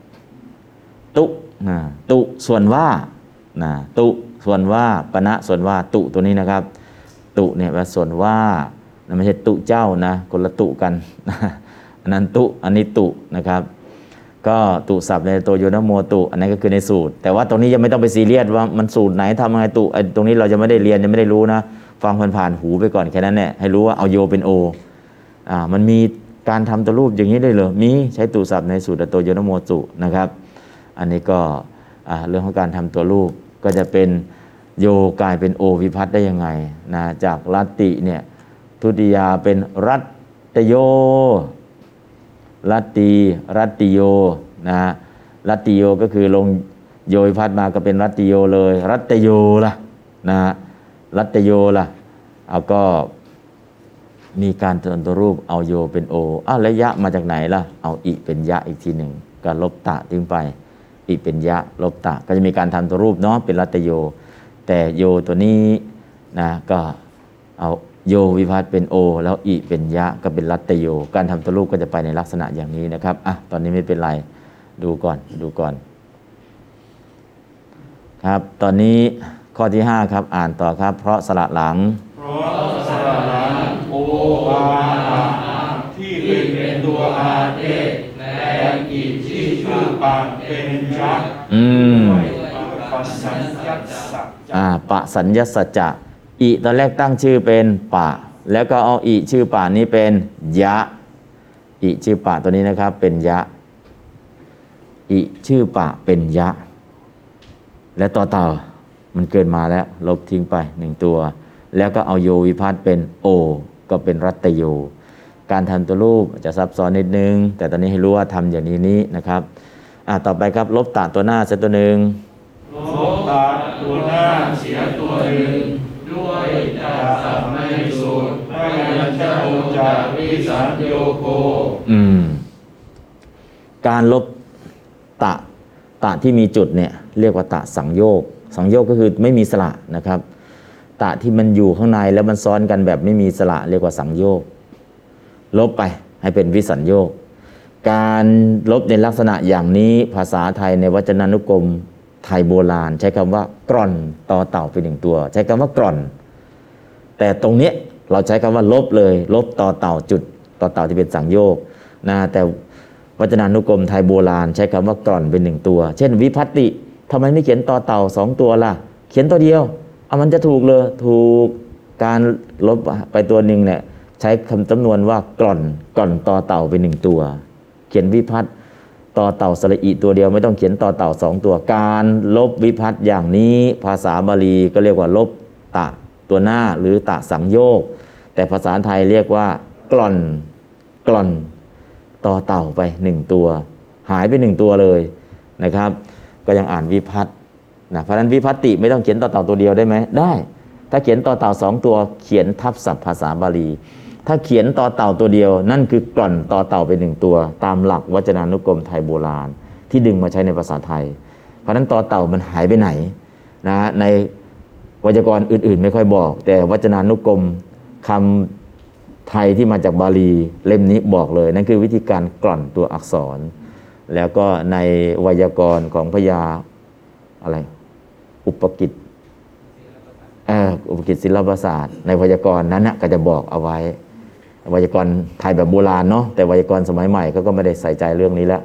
ตุส่วนว่าตุส่วนว่าปณะส่วนว่าตุตัวนี้นะครับตุเนี่ยแปลส่วนว่าไม่ใช่ตุเจ้านะคนละตุกันอันนั้นตุอันนี้ตุนะครับก็ตุศัพท์ในตัวโยนะโมตุอันนั้นก็คือในสูตรแต่ว่าตรงนี้ยังไม่ต้องไปซีเรียสว่ามันสูตรไหนทำยังไงตุตรงนี้เราจะไม่ได้เรียนยังไม่ได้รู้นะฟังผ่านๆหูไปก่อนแค่นั้นแหละให้รู้ว่าเอาโยเป็นโอมันมีการทำตัวรูปอย่างนี้ได้เลยมีใช้ตุศัพท์ในสูตรตัวโยนะโมตุนะครับอันนี้ก็เรื่องของการทำตัวรูปก็จะเป็นโยกลายเป็นโอวิภัตได้ยังไงนะจากลัตติเนี่ยทุติยาเป็นรัตตโยรัตติโยนะรัตติโยก็คือลงโยวิภัตมาก็เป็นรัตติโยเลยรัตตโยล่ะนะรัตตโยล่ะเอาก็มีการทำตัวรูปเอาโยเป็นโอแล้วยะมาจากไหนล่ะเอาอิเป็นยะอีกทีหนึ่งก็ลบตะทิ้งไปอิเป็นยะลบตะก็จะมีการทำตัวรูปเนาะเป็นรัตตโยแต่โยตัวนี้นะก็เอาโยวิภัตเป็นโอแล้วอิเป็นยะก็เป็นรัตตโยการทำตัวรูปก็จะไปในลักษณะอย่างนี้นะครับตอนนี้ไม่เป็นไรดูก่อนครับตอนนี้ข้อที่5ครับอ่านต่อครับเพราะสระหลังเพราะสระหลังโออาที่เป็นตัวอาเทศและอิที่ชื่อปะเป็นยักษ์ปะสัญญัสสัจจะปะสัญญัสสัจจะอิตอนแรกตั้งชื่อเป็นปะแล้วก็เอาอิชื่อปะนี้เป็นยะอิชื่อปะตัวนี้นะครับเป็นยะอิชื่อปะเป็นยะและต่อมันเกินมาแล้วลบทิ้งไป1ตัวแล้วก็เอาโยวิภัตเป็นโอก็เป็นรัตตโยการทำตัวรูปจะซับซ้อนนิดนึงแต่ตอนนี้ให้รู้ว่าทำอย่างนี้นะครับต่อไปครับลบตะตัวหน้าเสียตัวหนึ่งลบตะตัวหน้าเสียตัวหนึ่งด้วยตะศัพท์ในสูตรพยัญชนะโอจากวิสัญโยโกการลบตะที่มีจุดเนี่ยเรียกว่าตะสังโยคก็คือไม่มีสระนะครับตะที่มันอยู่ข้างในแล้วมันซ้อนกันแบบไม่มีสระเรียกว่าสังโยคลบไปให้เป็นวิสัญโยคการลบในลักษณะอย่างนี้ภาษาไทยในวจนานุกรมไทยโบราณใช้คำว่ากร่อนต่อเต่าเป็น1ตัวใช้คำว่ากร่อนแต่ตรงนี้เราใช้คำว่าลบเลยลบต่อเต่าจุดต่อเต่าที่เป็นสังโยคนะแต่วจนานุกรมไทยโบราณใช้คำว่ากร่อนเป็น1ตัวเช่นวิภัตติทำไมไม่เขียนต่อเต่า2ตัวล่ะเขียนตัวเดียวมันจะถูกเลยถูกการลบไปตัวหนึ่งเนี่ยใช้คำจำนวนว่ากร่อนต่อเต่าเป็น1ตัวเขียนวิภัตต่อเต่าสระอิตัวเดียวไม่ต้องเขียนต่อเต่า2ตัวการลบวิภัตอย่างนี้ภาษาบาลีก็เรียกว่าลบตะตัวหน้าหรือตะสังโยคแต่ภาษาไทยเรียกว่ากร่อนต่อเต่าไป1ตัวหายไป1ตัวเลยนะครับก็ยังอ่านวิภัตเพราะฉะนั้นวิภัตติไม่ต้องเขียนต่อเต่าตัวเดียวได้ไหมได้ถ้าเขียนต่อเต่า2ตัวเขียนทับศัพท์ภาษาบาลีถ้าเขียนต่อเต่าตัวเดียวนั่นคือกร่อนต่อเต่าเป็น1ตัวตามหลักวจนานุกรมไทยโบราณที่ดึงมาใช้ในภาษาไทยเพราะฉะนั้นต่อเต่ามันหายไปไหนในไวยากรณ์อื่นๆไม่ค่อยบอกแต่วจนานุกรมคำไทยที่มาจากบาลีเล่มนี้บอกเลยนั่นคือวิธีการกร่อนตัวอักษรแล้วก็ในไวยากรณ์ของพญาอะไรอุปกิจศิลปศาสตร์ในไวยากรณ์นั้นก็จะบอกเอาไว้ไวยากรณ์ไทยแบบโบราณเนาะแต่ไวยากรณ์สมัยใหม่เขาก็ไม่ได้ใส่ใจเรื่องนี้แล้ว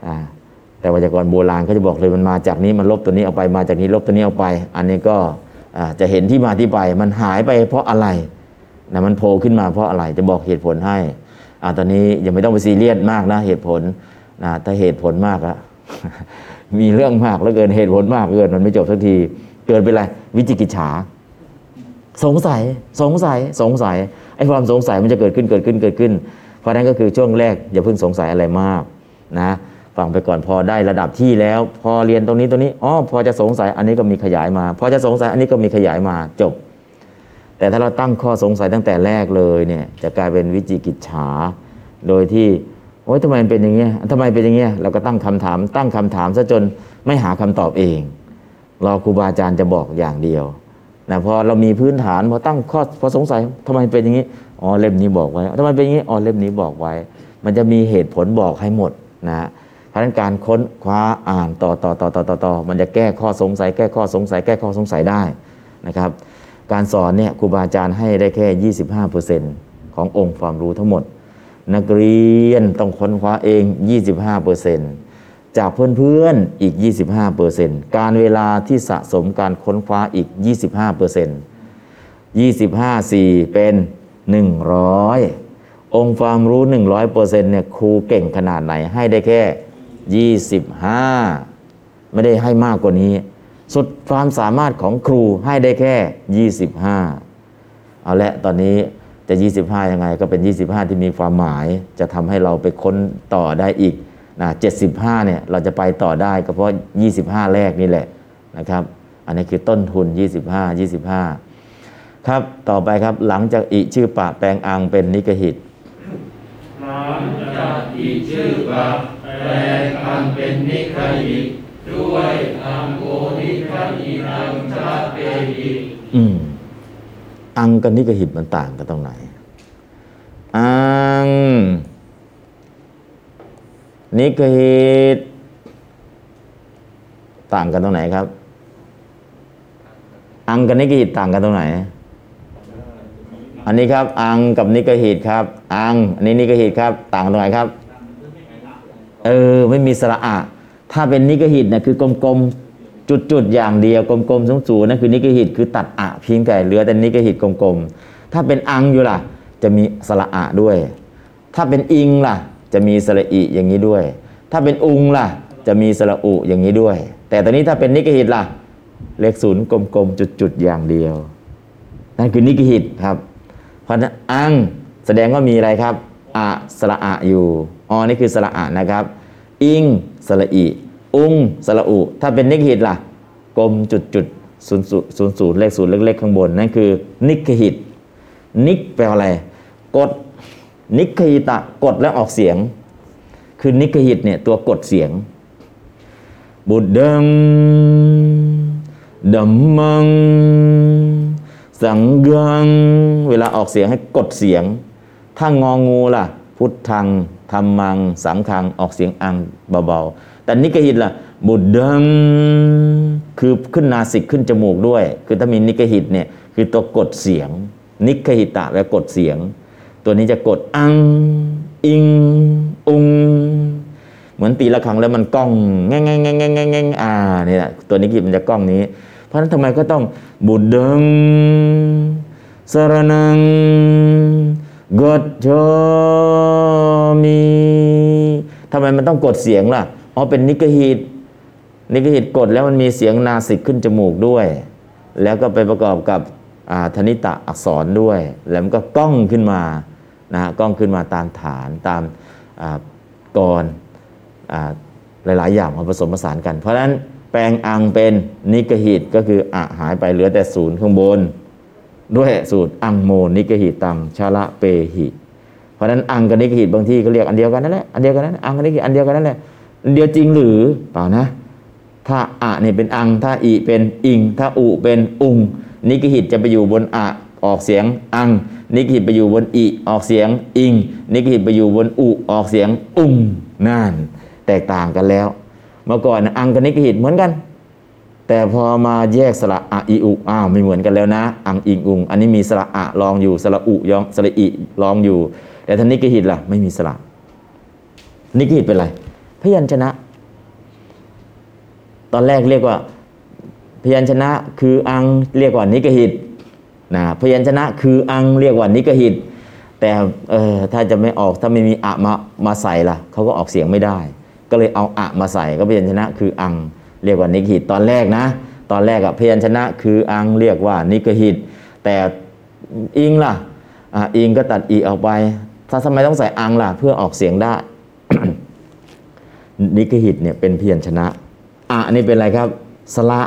แต่ไวยากรณ์โบราณเขาจะบอกเลยมันมาจากนี้มันลบตัวนี้เอาไปมาจากนี้ลบตัวนี้เอาไปอันนี้ก็จะเห็นที่มาที่ไปมันหายไปเพราะอะไรนะมันโผล่ขึ้นมาเพราะอะไรจะบอกเหตุผลให้ตอนนี้ยังไม่ต้องไปซีเรียสมากนะเหตุผลนะถ้าเหตุผลมากอะ มีเรื่องมากแล้วเกินเหตุผลมากเกินมันไม่จบสักทีเกินไปอะไรวิจิกิจฉาสงสัยไอ้ความสงสัยมันจะเกิดขึ้นเพราะนั้นก็คือช่วงแรกอย่าเพิ่งสงสัยอะไรมากนะฟังไปก่อนพอได้ระดับที่แล้วพอเรียนตรงนี้พอจะสงสัยอันนี้ก็มีขยายมาพอจะสงสัยอันนี้ก็มีขยายมาจบแต่ถ้าเราตั้งข้อสงสัยตั้งแต่แรกเลยเนี่ยจะกลายเป็นวิจิกิจฉาโดยที่โอ๊ยทำไมมันเป็นอย่างเงี้ยทำไมเป็นอย่างเงี้ยเราก็ตั้งคำถามซะจนไม่หาคำตอบเองรอครูบาอาจารย์จะบอกอย่างเดียวนะพอเรามีพื้นฐานพอสงสัยทำไมเป็นอย่างนี้เล่มนี้บอกไว้ทำไมเป็นอย่างนี้เล่มนี้บอกไว้มันจะมีเหตุผลบอกให้หมดนะเพราะฉะนั้นการค้นคว้าอ่านต่อมันจะแก้ข้อสงสัยได้นะครับการสอนเนี่ยครูบาอาจารย์ให้ได้แค่ 25% ขององค์ความรู้ทั้งหมดนักเรียนต้องค้นคว้าเอง 25% จากเพื่อนๆอีก 25% การเวลาที่สะสมการค้นคว้าอีก 25% 25 4 เป็น 100 องค์ความรู้ 100% เนี่ยครูเก่งขนาดไหนให้ได้แค่ 25 ไม่ได้ให้มากกว่านี้สุดความสามารถของครูให้ได้แค่ 25 เอาละตอนนี้จะ 25 ยังไงก็เป็น 25 ที่มีความหมายจะทำให้เราไปค้นต่อได้อีกนะ75 เนี่ยเราจะไปต่อได้ก็เพราะ 25 แรกนี่แหละนะครับอันนี้คือต้นทุน 25 ครับต่อไปครับหลังจากอิชื่อปะแปลงอังเป็นนิกหิตหลังจากอิชื่อปะแปลงอังเป็นนิกหิตด้วยอังโกนิกหิตังชาเตหิอังกับนิกหิตมันต่างกันตรงไหนอังนิกหิตต่างกันตรงไหนครับอังกับนิกหิตต่างกันตรงไหนอันนี้ครับอังกับนิกหิตครับอังอันนี้นิกหิตครับต่างกันตรงไหนครับไม่มีสระอะถ้าเป็นนิกหิตเนี่ยคือกลมๆจุดๆอย่างเดียวกลมๆสูงๆนั่นคือนิกหิตคือตัดอะเพียงแต่เหลือแต่นิกหิตกลมๆถ้าเป็นอังอยู่ล่ะจะมีสระอะด้วยถ้าเป็นอิงล่ะจะมีสระอิอย่างนี้ด้วยถ้าเป็นอุงล่ะจะมีสระอุอย่างนี้ด้วยแต่ตอนนี้ถ้าเป็นนิกหิตล่ะเลขศูนย์กลมๆจุดๆอย่างเดียวนั่นคือนิกหิตครับเพราะนั้นอังแสดงว่ามีอะไรครับอะสระอะอยู่นี่คือสระอะนะครับอิงสระอิอุงสระอุถ้าเป็นนิกหิตล่ะกลมจุด00เลข0เล็กๆข้างบนนั่นคือนิกหิตนิกแปลว่าอะไรกดนิกหิตะกดแล้วออกเสียงคือนิกหิตเนี่ยตัวกดเสียงบุดังดัมมังสังฆังเวลาออกเสียงให้กดเสียงถ้างองูล่ะพุทธังธัมมังสังฆังออกเสียงอังเบาๆแต่นิกหิตล่ะบุดังคือขึ้นนาสิกขึ้นจมูกด้วยคือถ้ามีนิกหิตเนี่ยคือตัวกดเสียงนิกหิตะแปลกดเสียงตัวนี้จะกดอังอิงอุงเหมือนตีละครั้งแล้วมันก้องแง่งนี่แหละตัวนิกหิตมันจะก้องนี้เพราะฉะนั้นทำไมก็ต้องบุดังสรนังกัจฉามิทำไมมันต้องกดเสียงล่ะเป็นนิกหิตกดแล้วมันมีเสียงนาสิกขึ้นจมูกด้วยแล้วก็ไปประกอบกับธนิตะอักษรด้วยแล้วมันก็ก้องขึ้นมานะก้องขึ้นมาตามฐานตามกรหลายๆอย่างมาผสมผสานกันเพราะฉะนั้นแปลงอังเป็นนิกหิตก็คืออะหายไปเหลือแต่ศูนย์ข้างบนด้วยสูตรอังโมนิกหิตังชาละเปหิเพราะฉะนั้นอังกับนิกหิตบางที่ก็เรียกอันเดียวกันนั่นแหละอันเดียวกันนั่นอังกับนิกหิตอันเดียวกันนั่นแหละอันเดียวจริงหรือเปล่านะถ้าอะเนี่ยเป็นอังถ้าอิเป็นอิงถ้าอุเป็นอุงนิกหิตจะไปอยู่บนอะออกเสียงอังนิกหิตไปอยู่บนอิออกเสียงอิงนิกหิตไปอยู่บนอุออกเสียงอุงนั่นแตกต่างกันแล้วเมื่อก่อนอังกับนิกหิตเหมือนกันแต่พอมาแยกสระอะอิอุไม่เหมือนกันแล้วนะอังอิงอุงอันนี้มีสระอะรองอยู่สระอุยองสระอิรองอยู่แต่ถ้านิกหิตล่ะไม่มีสระนิกหิตเป็นอะไรพยัญชนะตอนแรกเรียกว่าพยัญชนะคืออังเรียกว่านิกหิตนะพยัญชนะคืออังเรียกว่านิกหิตแต่ถ้าจะไม่ออกถ้าไม่มีอะมาใส่ล่ะเขาก็ออกเสียงไม่ได้ ก็เลยเอาอะมาใส่ก็พยัญชนะคืออังเรียกว่านิกหิตตอนแรกนะตอนแรกพยัญชนะคืออังเรียกว่านิกหิตแต่อิงล่ะอิงก็ตัดอีออกไปถ้าทำไมต้องใส่อังล่ะเพื่อออกเสียงได้ นิกหิตเนี่ยเป็นพยัญชนะนี่เป็นอะไรครับสระ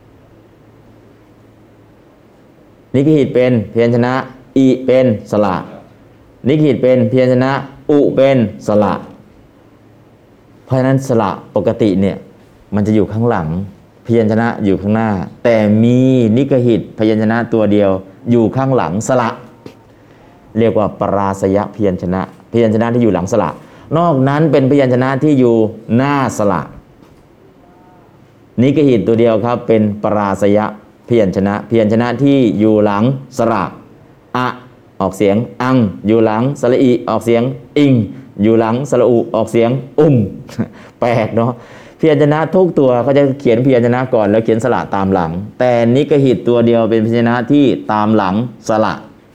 นิกหิตเป็นพยัญชนะอีเป็นสระนิกหิตเป็นพยัญชนะอุเป็นสระเพราะฉะนั้นสระปกติเนี่ยมันจะอยู่ข้างหลังพยัญชนะอยู่ข้างหน้าแต่มีนิกหิตพยัญชนะตัวเดียวอยู่ข้างหลังสระเรียกว่าปราศยพยัญชนะพยัญชนะที่อยู่หลังสระนอกนั้นเป็นพยัญชนะที่อยู่หน้าสระนิกหิตตัวเดียวครับเป็นปราศยพยัญชนะพยัญชนะที่อยู่หลังสระอะออกเสียงอังอยู่หลังสระอีออกเสียงอิงอยู่หลังสระอุออกเสียงแปลกเนาะพยัญชนะทุกตัวเขาจะเขียนพยัญชนะก่อนแล้วเขียนสระตามหลังแต่นิกหิตตัวเดียวเป็นพยัญชนะที่ตามหลังสระ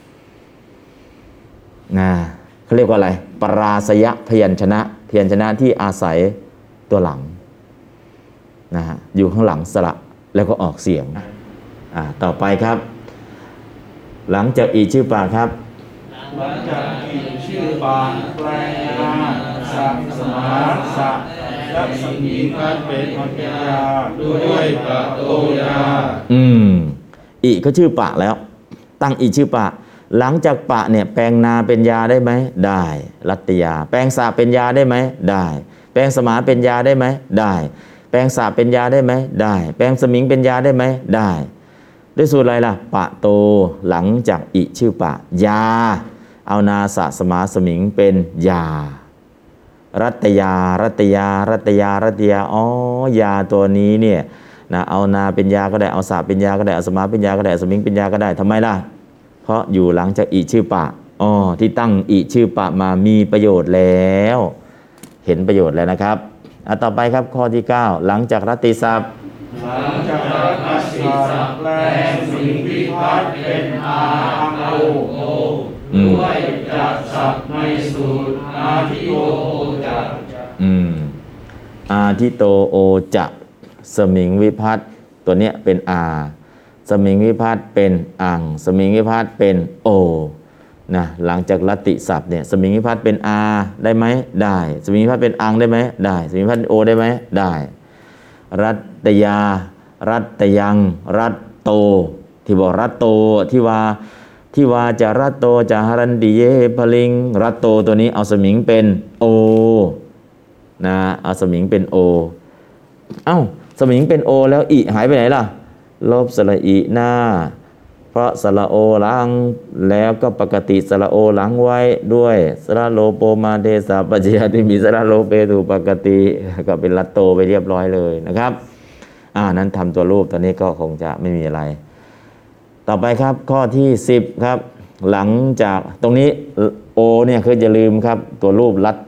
เขาเรียกว่าอะไรปราศยพยัญชนะพยัญชนะที่อาศัยตัวหลังอยู่ข้างหลังสระแล้วก็ออกเสียงต่อไปครับหลังจากอีชื่อปากครับหลังจากอีชื่อปากแปลงสักสมาสักและสมิงพัดเป็นพัญญาด้วยปะโตยาอีก็ชื่อปะแล้วตั้งอีชื่อปะหลังจากปะเนี่ยแปลงนาเป็นยาได้ไหมได้รัตยาแปลงสาเป็นยาได้ไหมได้แปลงสมาเป็นยาได้ไหมได้แปลงสาเป็นยาได้ไหมได้แปลงสมิงเป็นยาได้ไหมได้ด้วยสูตรอะไรล่ะปะโตหลังจากอิชื่อปะยาเอานาสะสมาสมิงเป็นยารัตยารัตยารัตยารัตยายาตัวนี้เนี่ยเอานาเป็นยาก็ได้เอาสะเป็นยาก็ได้เอาสมาเป็นยาก็ได้สมิงเป็นยาก็ได้ทำไมล่ะเพราะอยู่หลังจากอิชื่อปะที่ตั้งอิชื่อปะมามีประโยชน์แล้วเห็นประโยชน์แล้วนะครับต่อไปครับข้อที่9หลังจากรัตติศัพท์หลังจากรัตติศัพท์แปลงสิ่งวิภัตเป็นอาโอด้วยจักศัพท์ในสูตรอาทิโตโอจักอาทิโตโอจักสมิงวิภัตตัวเนี้ยเป็นอาสมิงวิภัตเป็นอังสมิงวิภัตเป็นโอหลังจากรัตติศัพท์เนี่ยสมิงวิภัตเป็นอาได้ไหมได้สมิงวิภัตเป็นอังได้ไหมได้สมิงวิภัตเป็นโอได้ไหมได้รัตตยารัตตยังรัตโตที่บอกรัตโตที่ว่าจะรัตโตจะหรันดิเยพลิงรัตโตตัวนี้เอาสมิงเป็นโอเอาสมิงเป็นโอสมิงเป็นโอแล้วอิหายไปไหนล่ะลบสระอิหน้าเพราะสระโอหลังแล้วก็ปกติสระโอหลังไว้ด้วยสระโลโปมาเทสาปัจจยที่มีสระโลเปถูปกติก็เป็นรัตโตไปเรียบร้อยเลยนะครับนั้นทำตัวรูปตอนนี้ก็คงจะไม่มีอะไรต่อไปครับข้อที่10ครับหลังจากตรงนี้โอเนี่ยคืออย่าลืมครับตัวรูปรัตโต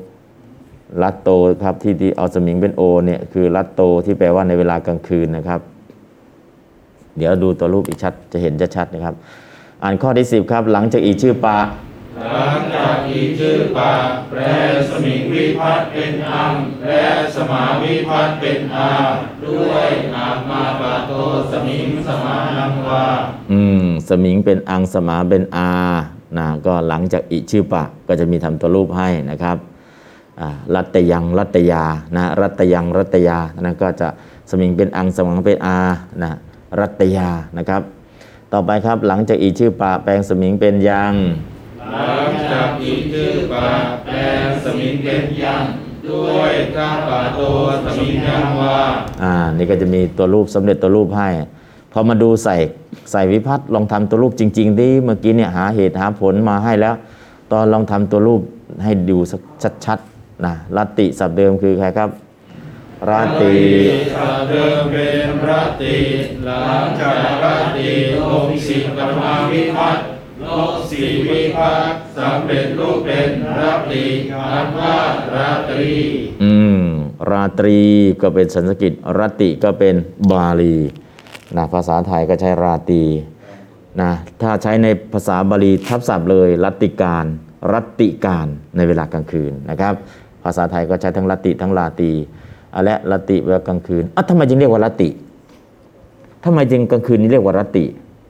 ครับที่เอาสมิงเป็นโอเนี่ยคือรัตโตที่แปลว่าในเวลากลางคืนนะครับเดี๋ยวดูตัวรูปอีกชัดจะเห็นชัดๆนะครับอ่านข้อที่10ครับหลังจากอีชื่อปาหลังจากอีชื่อปาแปลสมิงวิภัตเป็นอังและสมาวิภัตเป็นอาด้วยอามาปะโตสมิงสมานังวาสมิงเป็นอังสมาเป็นอาก็หลังจากอีชื่อปะก็จะมีทำตัวรูปให้นะครับรัตยังรัตยารัตยังรัตยานั่นก็จะสมิงเป็นอังสมาเป็นอารัตยานะครับต่อไปครับหลังจากอีชื่อปะแปลงสมิงเป็นยังหลังจากอีชื่อปะแปลงสมิงเป็นยังด้วยกาปะโตสมิงยังวานี่ก็จะมีตัวรูปสำเร็จตัวรูปให้พอมาดูใส่วิภัตลองทำตัวรูปจริงๆที่เมื่อกี้เนี่ยหาเหตุหาผลมาให้แล้วตอนลองทำตัวรูปให้ดูชัดๆรัตติศัพท์เดิมคือใครครับรัตติศัพท์เดิมเป็นรัตติหลังจากรัตติลงสิปฐมวิภัตลงสิวิภัตสำเร็จรูปเป็นรัตติอ่านว่าราตรีราตรีก็เป็นสันสกฤตรัตติก็เป็นบาลีนะภาษาไทยก็ใช้ราตรีนะถ้าใช้ในภาษาบาลีทับศัพท์เลยรัตติการในเวลากลางคืนนะครับภาษาไทยก็ใช้ทั้งรัตติทั้งราตรีและรัตติเวลากลางคืนทำไมจึงเรียกว่ารัตติทำไมจึงกลางคืนนี้เรียกว่ารัตติ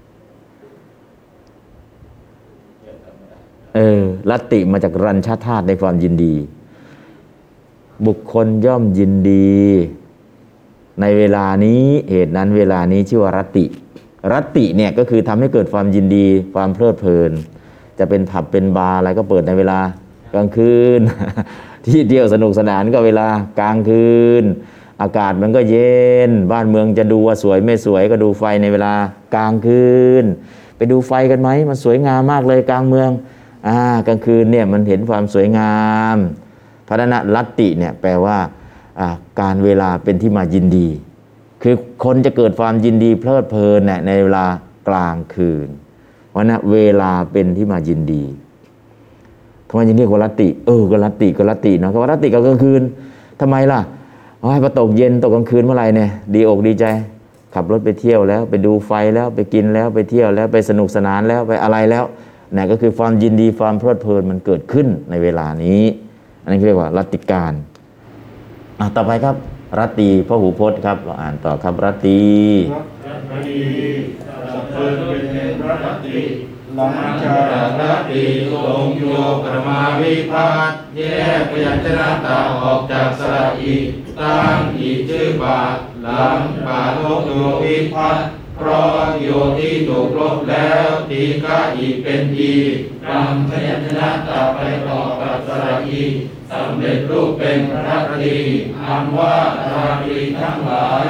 รัตติมาจากรัญชาธาตุในความยินดีบุคคลย่อมยินดีในเวลานี้เหตุนั้นเวลานี้ชื่อว่ารัตติเนี่ยก็คือทำให้เกิดความยินดีความเพลิดเพลินจะเป็นผับเป็นบาร์อะไรก็เปิดในเวลากลางคืน ที่เที่ยวสนุกสนานก็เวลากลางคืนอากาศมันก็เย็นบ้านเมืองจะดูว่าสวยไม่สวยก็ดูไฟในเวลากลางคืนไปดูไฟกันไหมมันสวยงามมากเลยกลางเมืองกลางคืนเนี่ยมันเห็นความสวยงามเพราะฉะนั้นรัตติเนี่ยแปลว่าการเวลาเป็นที่มายินดีคือคนจะเกิดความยินดีเพลิดเพลินเนี่ยในเวลากลางคืนเพราะนั้นเวลาเป็นที่มายินดีทำไมจึงเรียกว่ารัตติก็รัตตินะคำว่ารัตติกับกลางคืนทำไมล่ะพอตกเย็นตกกลางคืนเมื่อไหร่เนี่ยดีอกดีใจขับรถไปเที่ยวแล้วไปดูไฟแล้วไปกินแล้วไปเที่ยวแล้วไปสนุกสนานแล้วไปอะไรแล้วนั่นก็คือความยินดีความเพลิดเพลินมันเกิดขึ้นในเวลานี้อันนี้เรียกว่ารัตติการต่อไปครับรัตติพหูพจน์ครับเราอ่านต่อครับรัตติสัพเพเป็นรัตติหลังจากรัตติลงโยประมาวิภัตแยกพยัญชนะต่างออกจากสระอีตั้งอีชื่อบาทหลังบาทลบโยวิภัตเพราะโยที่ถูกลบแล้วทีฆะอีเป็นอีนำพยัญชนะต่อไปต่อกับสระอีสำเร็จรูปเป็นรัตติอันว่าราตรีทั้งหลาย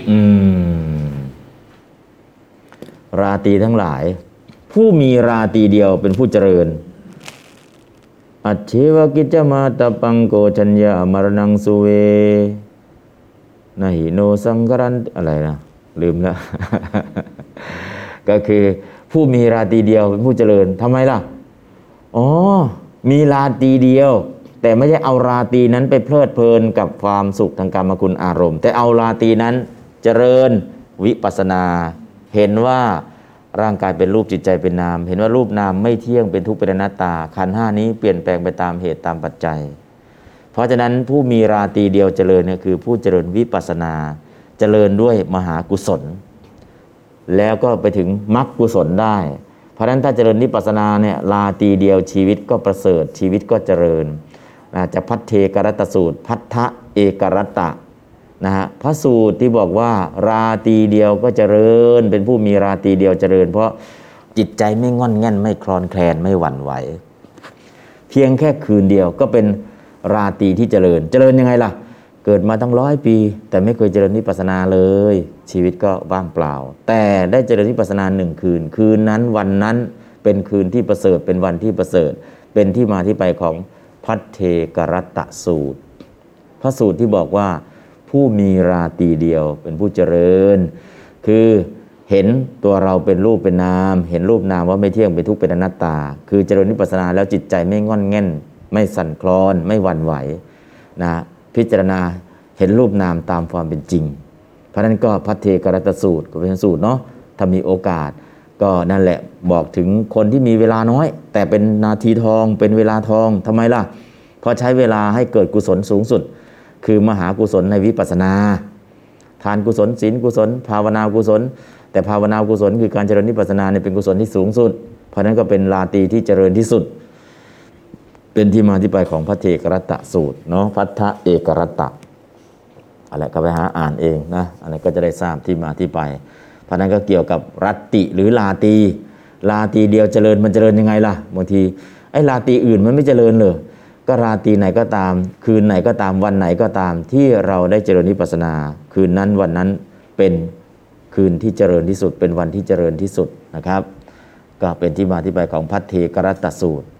ราตรีทั้งหลายผู้มีราตรีเดียวเป็นผู้เจริญอัจเชวกิจจมาตปังโกชัญญามรณังสุเวนะหิโนสังกรันอะไรนะลืมแล้ว ก็คือผู้มีราตรีเดียวเป็นผู้เจริญทำไมล่ะมีราตรีเดียวแต่ไม่ใช่เอาราตรีนั้นไปเพลิดเพลินกับความสุขทางกามคุณอารมณ์แต่เอาราตรีนั้นเจริญวิปัสสนาเห็นว่าร่างกายเป็นรูปจิตใจเป็นนามเห็นว่ารูปนามไม่เที่ยงเป็นทุกข์เป็นอนัตตาขันธ์ห้านี้เปลี่ยนแปลงไปตามเหตุตามปัจจัยเพราะฉะนั้นผู้มีราตรีเดียวเจริญเนี่ยคือผู้เจริญวิปัสสนาเจริญด้วยมหากุศลแล้วก็ไปถึงมรรคกุศลได้เพราะฉะนั้นถ้าเจริญวิปัสสนาเนี่ยราตรีเดียวชีวิตก็ประเสริฐชีวิตก็เจริญจะพัทเทกรัตตสูตรพัทธะเอกรัตตะนะฮะพระสูตรที่บอกว่าราตรีเดียวก็เจริญเป็นผู้มีราตรีเดียวเจริญเพราะจิตใจไม่งอนแง่นไม่คลอนแคลนไม่หวั่นไหวเพียงแค่คืนเดียวก็เป็นราตรีที่เจริญยังไงล่ะเกิดมาตั้ง100 ปีแต่ไม่เคยเจริญวิปัสสนาเลยชีวิตก็ว่างเปล่าแต่ได้เจริญวิปัสสนา1 คืนคืนนั้นวันนั้นเป็นคืนที่ประเสริฐเป็นวันที่ประเสริฐเป็นที่มาที่ไปของพัทเทกรัตตสูตรพระสูตรที่บอกว่าผู้มีราตรีเดียวเป็นผู้เจริญคือเห็นตัวเราเป็นรูปเป็นนามเห็นรูปนามว่าไม่เที่ยงเป็นทุกข์เป็นอนัตตาคือเจริญวิปัสสนาแล้วจิตใจไม่งอนแง่นไม่สั่นคลอนไม่หวั่นไหวนะพิจารณาเห็นรูปนามตามความเป็นจริงเพราะนั้นก็พัทเทกรัตตสูตรก็เป็นสูตรเนาะถ้ามีโอกาสก็นั่นแหละบอกถึงคนที่มีเวลาน้อยแต่เป็นนาทีทองเป็นเวลาทองทำไมล่ะเพราะใช้เวลาให้เกิดกุศลสูงสุดคือมหากุศลในวิปัสสนาทานกุศลศีลกุศลภาวนากุศลแต่ภาวนากุศลคือการเจริญวิปัสสนาเนี่ยเป็นกุศลที่สูงสุดเพราะนั้นก็เป็นราตรีที่เจริญที่สุดเป็นที่มาที่ไปของพระเทกรัตตสูตรเนาะพัทธะเอกรัตตะอะไรก็ไปหาอ่านเองนะอันนี้ก็จะได้ทราบที่มาที่ไปเพราะนั้นก็เกี่ยวกับรัตติหรือราตรีเดียวเจริญมันเจริญยังไงล่ะบางทีไอ้ราตรีอื่นมันไม่เจริญเลยก็ราตรีไหนก็ตามคืนไหนก็ตามวันไหนก็ตามที่เราได้เจริญวิปัสสนาคืนนั้นวันนั้นเป็นคืนที่เจริญที่สุดเป็นวันที่เจริญที่สุดนะครับก็เป็นที่มาที่ไปของพัทเทกรัตตสูตร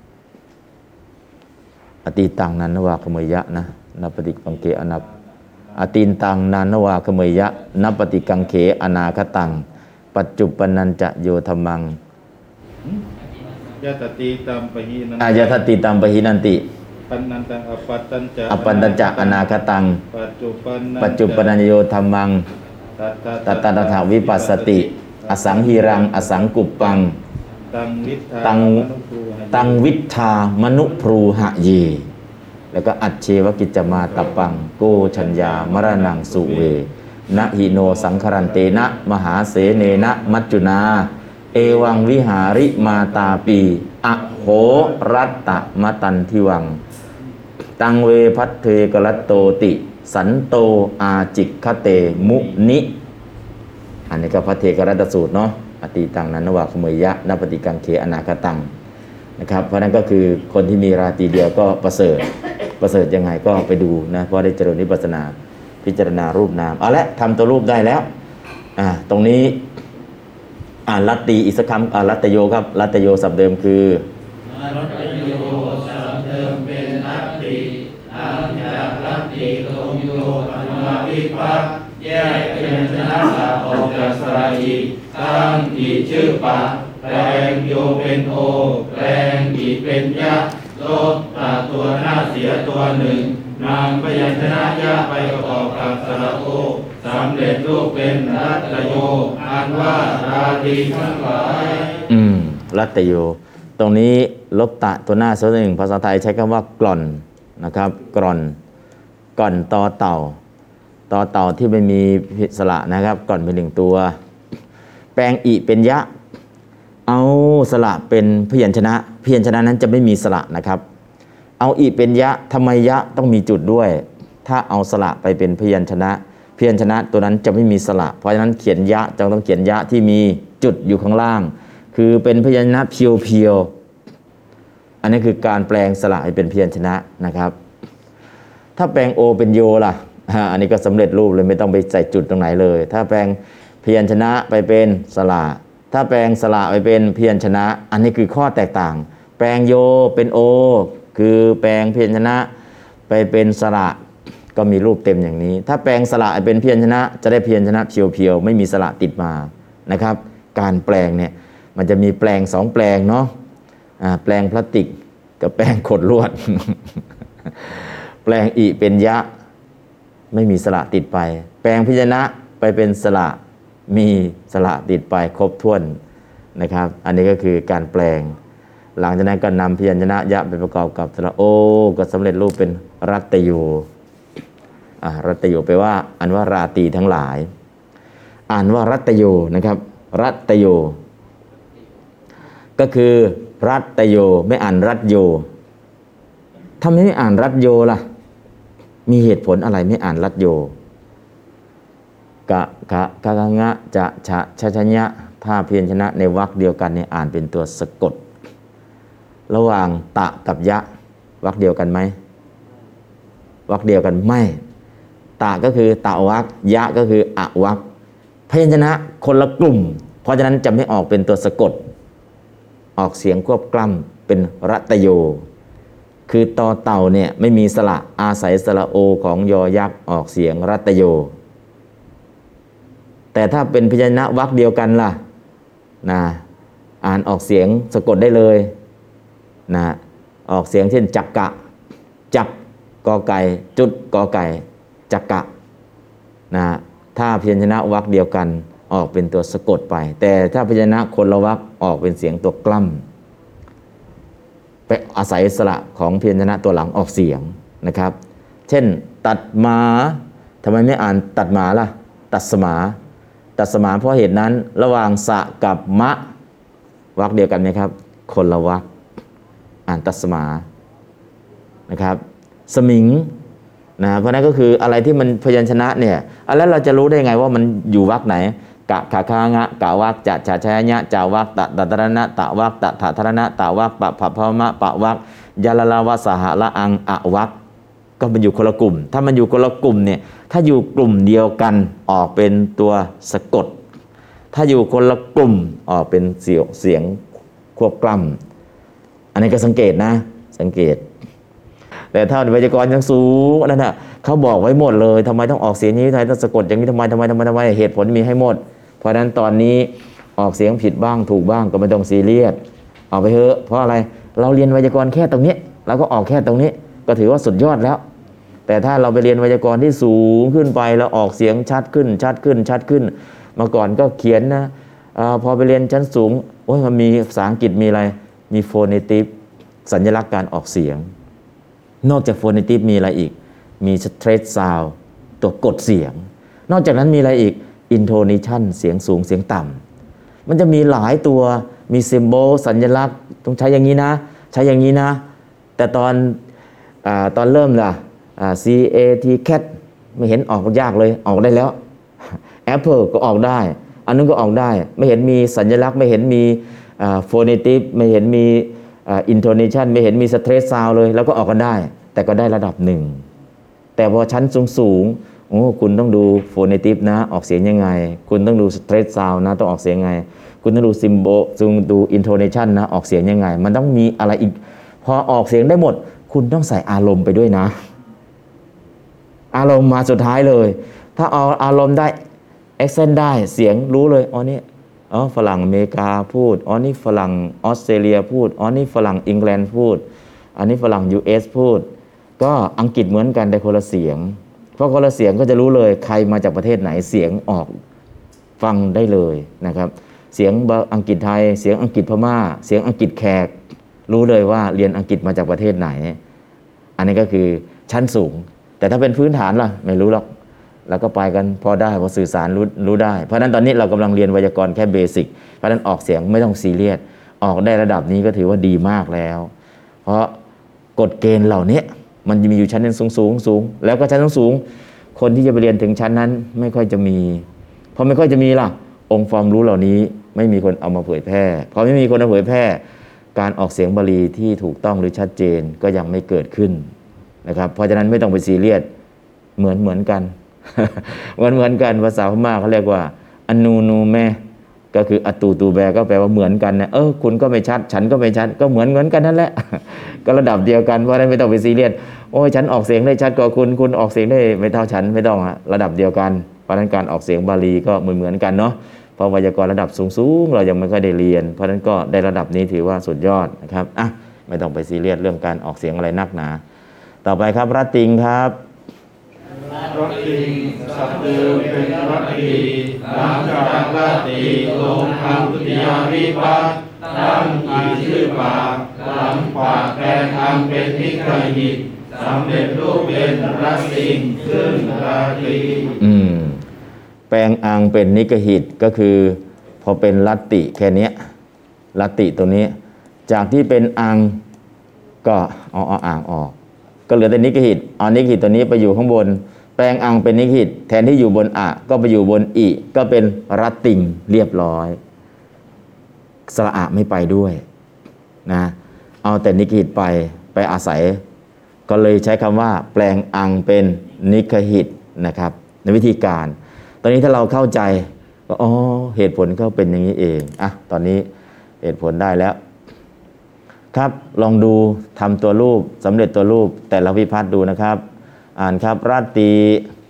อติตังนันนวาคเมยะนะนัปฏิกังเขอนับอตินตังนันนวาคเมยะนัปฏิกังเขอนาคตังปัจจุปนัญจะโยธรรมังยะตติตัมปะหินันอายะทติตัมปะหินันติปันนันตังอปัตตัญจะอปันตัญจะอนาคตังปัจจุปนัญโยธรรมังตัตตถาวิปัสสติ อสังหิรัง อสังกุปปัง ตังวิทธามนุพรูหะเย แล้วก็อัจเชวกิจจมาตปัง โกชัญญามรณังสุเว นะหิโนสังครันเตนะมหาเสเนนะมัจจุนา เอวังวิหาริมาตาปีอโหรัตตะมตันทิวัง ตังเวพัทเทกรัตโตติ สันโตอาจิกขเตมุนิ อันนี้ก็พระเทกรัตสูตรเนาะอติตังนันวะขเมยยะนปฏิกังเคอนาคตังนะครับเพราะนั้นก็คือคนที่มีราตรีเดียวก็ประเสริฐยังไงก็ไปดูนะเพราะได้เจริญวิปัสสนาพิจารณารูปนามเอาละทำตัวรูปได้แล้วตรงนี้ลัตติอีกสักคำลัตตโยครับลัตตโยศัพท์เดิมคือลัตตโยศัพท์เดิมเป็นลัตติอันจากลัตติลงโยปมาวิภัตแยกพยัญชนะสระออกจากสระอีสร้างอีชื่อปะแปลงโยเป็นโอแปลงอีเป็นยะลบตัดตัวหน้าเสียตัวหนึ่งนำพยัญชนะยะไปประกอบกับสระโอสำเร็จรูปเป็นลัตตโยอันว่าราตรีทั้งหลายลัตตโยตรงนี้ลบตะตัวหน้าส่วนหนึ่งภาษาไทยใช้คำว่ากล่อนนะครับกล่อนตอเต่าที่ไม่มีสระนะครับกล่อนเป็นหนึ่งตัวแปลงอิเป็นยะเอาสระเป็นพยัญชนะนั้นจะไม่มีสระนะครับเอาอิเป็นยะทำไมยะต้องมีจุดด้วยถ้าเอาสระไปเป็นพยัญชนะตัวนั้นจะไม่มีสระเพราะฉะนั้นเขียนยะจึงต้องเขียนยะที่มีจุดอยู่ข้างล่างคือเป็นพยัญชนะเพียวอันนี้คือการแปลงสระให้เป็นพยัญชนะนะครับถ้าแปลงโอเป็นโยล่ะอันนี้ก็สำเร็จรูปเลยไม่ต้องไปใส่จุดตรงไหนเลยถ้าแปลงพยัญชนะไปเป็นสระถ้าแปลงสระไปเป็นพยัญชนะอันนี้คือข้อแตกต่างแปลงโยเป็นโอคือแปลงพยัญชนะไปเป็นสระก็มีรูปเต็มอย่างนี้ถ้าแปลงสระเป็นพยัญชนะจะได้พยัญชนะเพียวๆไม่มีสระติดมานะครับการแปลงเนี่ยมันจะมีแปลง2แปลงเนาะแปลงพลาสติกกับแปลงขดลวด แปลงอิเป็นยะไม่มีสระติดไปแปลงพยัญชนะไปเป็นสระมีสระติดไปครบถ้วนนะครับอันนี้ก็คือการแปลงหลังจากนั้นก็นำพยัญชนะยะไปประกอบกับสระโอก็สำเร็จรูปเป็นรัตตโยรัตตโยแปลว่าอันว่าราตรีทั้งหลายอ่านว่ารัตตโยนะครับรัตตโยก็คือรัตตโยไม่อ่านรัตโยทำไมไม่อ่านรัตโยล่ะมีเหตุผลอะไรไม่อ่านรัตโยกะงะจะชะญะถ้าพยัญชนะในวรรคเดียวกันเนี่ยอ่านเป็นตัวสะกดระหว่างตะกับยะวรรคเดียวกันไหมวรรคเดียวกันไม่ตะก็คือตะวรรคยะก็คืออะวรรคพยัญชนะคนละกลุ่มเพราะฉะนั้นจะไม่ออกเป็นตัวสะกดออกเสียงควบกล้ำเป็นรัตโยคือตอเต่าเนี่ยไม่มีสระอาศัยสระโอของยอยักษ์ออกเสียงรัตโยแต่ถ้าเป็นพยัญชนะวรรคเดียวกันล่ะอ่านออกเสียงสะกดได้เลยออกเสียงเช่นจักกะจักกอไก่จุดกอไก่จักกะถ้าพยัญชนะวรรคเดียวกันออกเป็นตัวสะกดไปแต่ถ้าพยัญชนะคนละวรรคออกเป็นเสียงตัวกล้ำไปอาศัยสระของพยัญชนะตัวหลังออกเสียงนะครับเช่นตัดมาทำไมไม่อ่านตัดมาล่ะตัดสมาเพราะเหตุนั้นระหว่างสะกับมะวรรคเดียวกันไหมครับคนละวรรคอ่านตัดสมานะครับสมิงเพราะนั้นก็คืออะไรที่มันพยัญชนะเนี่ยแล้วเราจะรู้ได้ไงว่ามันอยู่วรรคไหนกะขาคางะกะวรรคจะชะญะจาวรรคตะตระนะตะวรรคตะถะทรณะตะวรรคปะภะพะมะปะวรรคยะละละวะสหะละอังอะวรรคก็มันอยู่คนละกลุ่มถ้ามันอยู่คนละกลุ่มเนี่ยถ้าอยู่กลุ่มเดียวกันออกเป็นตัวสะกดถ้าอยู่คนละกลุ่มออกเป็นเสียงควบกล้ำอันนี้ก็สังเกตนะสังเกตแต่ถ้าไวยากรณ์ยังสูงนั่นน่ะเขาบอกไว้หมดเลยทำไมต้องออกเสียงนี้ทำไมต้องสะกดอย่างนี้ทำไมเหตุผลมีให้หมดเพราะฉะนั้นตอนนี้ออกเสียงผิดบ้างถูกบ้างก็ไม่ต้องซีเรียสเอาไปเถอะเพราะอะไรเราเรียนไวยากรณ์แค่ตรงนี้เราก็ออกแค่ตรงนี้ก็ถือว่าสุดยอดแล้วแต่ถ้าเราไปเรียนไวยากรณ์ที่สูงขึ้นไปแล้วออกเสียงชัดขึ้นชัดขึ้นชัดขึ้นเมื่อก่อนก็เขียนนะพอไปเรียนชั้นสูงโอ้ยมันมีภาษาอังกฤษมีอะไรมีโฟเนติฟสัญลักษณ์การออกเสียงนอกจากโฟเนติฟมีอะไรอีกมีสเตรทซาวด์ตัวกดเสียงนอกจากนั้นมีอะไรอีกอินโทนิชันเสียงสูงเสียงต่ำมันจะมีหลายตัวมีซิมโบลสัญลักษณ์ต้องใช้อย่างนี้นะใช้อย่างนี้นะแต่ตอนเริ่มล่ะCAT cat ไม่เห็นออกยากเลยออกได้แล้ว Apple ก็ออกได้อันนึงก็ออกได้ไม่เห็นมีสัญลักษณ์ไม่เห็นมีโฟเนติฟไม่เห็นมีอินโทเนชันไม่เห็นมีสเตรทซาวด์เลยแล้วก็ออกกันได้แต่ก็ได้ระดับหนึ่งแต่พอชั้นสูงโอ้คุณต้องดูโฟเนติฟนะออกเสียงยังไงคุณต้องดูสเตรทซาวด์นะต้องออกเสียงยังไงคุณต้องดูซิมโบดูอินโทเนชันนะออกเสียงยังไงมันต้องมีอะไรอีกพอออกเสียงได้หมดคุณต้องใส่อารมณ์ไปด้วยนะอารมณ์มาสุดท้ายเลยถ้าเอาอารมณ์ได้เอ็กเซนได้เสียงรู้เลยอ๋อนี่ฝรั่งอเมริกาพูดอ๋อนี่ฝรั่งออสเตรเลียพูดอ๋อนี่ฝรั่งอังกฤษพูดอันนี้ฝรั่ง US พูดก็อังกฤษเหมือนกันแต่คนละเสียงเพราะคนละเสียงก็จะรู้เลยใครมาจากประเทศไหนเสียงออกฟังได้เลยนะครับเสียงอังกฤษไทยเสียงอังกฤษพม่าเสียงอังกฤษแขกรู้เลยว่าเรียนอังกฤษมาจากประเทศไหนอันนี้ก็คือชั้นสูงแต่ถ้าเป็นพื้นฐานล่ะไม่รู้หรอกแล้วก็ไปกันพอได้พอสื่อสารรู้ได้เพราะฉะนั้นตอนนี้เรากำลังเรียนไวยากรณ์แค่เบสิกเพราะฉะนั้นออกเสียงไม่ต้องซีเรียสออกได้ระดับนี้ก็ถือว่าดีมากแล้วเพราะกฎเกณฑ์เหล่านี้มันจะมีอยู่ชั้นสูงแล้วก็ชั้นสูงคนที่จะไปเรียนถึงชั้นนั้นไม่ค่อยจะมีพอไม่ค่อยจะมีล่ะองค์ความรู้เหล่านี้ไม่มีคนเอามาเผยแพร่พอไม่มีคนเอาเผยแพร่การออกเสียงบาลีที่ถูกต้องหรือชัดเจนก็ยังไม่เกิดขึ้นนะครับเพราะฉะนั้นไม่ต้องไปซีเรียสเหมือนกัน เหมือนกันภาษาพม่าเขาเรียกว่าอนูแม่ก็คืออตูแบก็แปลว่าเหมือนกันนะคุณก็ไม่ชัดฉันก็ไม่ชัดก็เหมือนกันนั่นแหละ ก็ระดับเดียวกันเพราะฉะนั้นไม่ต้องไปซีเรียสโอ้ยฉันออกเสียงได้ชัดกว่าคุณออกเสียงได้ไม่เท่าฉันไม่ต้องระดับเดียวกันเพราะฉะนั้นการออกเสียงบาลีก็เหมือนกันเนาะเพราะไวยากรณ์ระดับสูงเรายังไม่ค่อยได้เรียนเพราะฉะนั้นก็ได้ระดับนี้ถือว่าสุดยอดนะครับไม่ต้องไปซีเรียสเรื่องการออกเสียงอะไรนักหนาต่อไปครับรัตติงครับรัตติงสัตว์เดิมเป็นรัตติหลังจากรัตติลงทางทุติยวิภัตติตั้งอีชื่อปากหลังปากแปลงอังเป็นนิกหิตสำเร็จรูปเป็นรัตติงขึ้นราตรีแปลงอังเป็นนิกหิตก็คือพอเป็นรัตติแค่นี้รัตติตัวนี้จากที่เป็นอังก็เอาอ่างออกก็เหลือแต่นิกหิตเอานิกหิตตัวนี้ไปอยู่ข้างบนแปลงอังเป็นนิกหิตแทนที่อยู่บนอะก็ไปอยู่บนอิก็เป็นรัตติงเรียบร้อยสระอะไม่ไปด้วยนะเอาแต่นิกหิตไปอาศัยก็เลยใช้คำว่าแปลงอังเป็นนิกหิตนะครับในวิธีการตอนนี้ถ้าเราเข้าใจก็เหตุผลเขาเป็นอย่างนี้เองตอนนี้เหตุผลได้แล้วครับลองดูทำตัวรูปสำเร็จตัวรูปแต่ละวิภัตติดูนะครับอ่านครับราตรี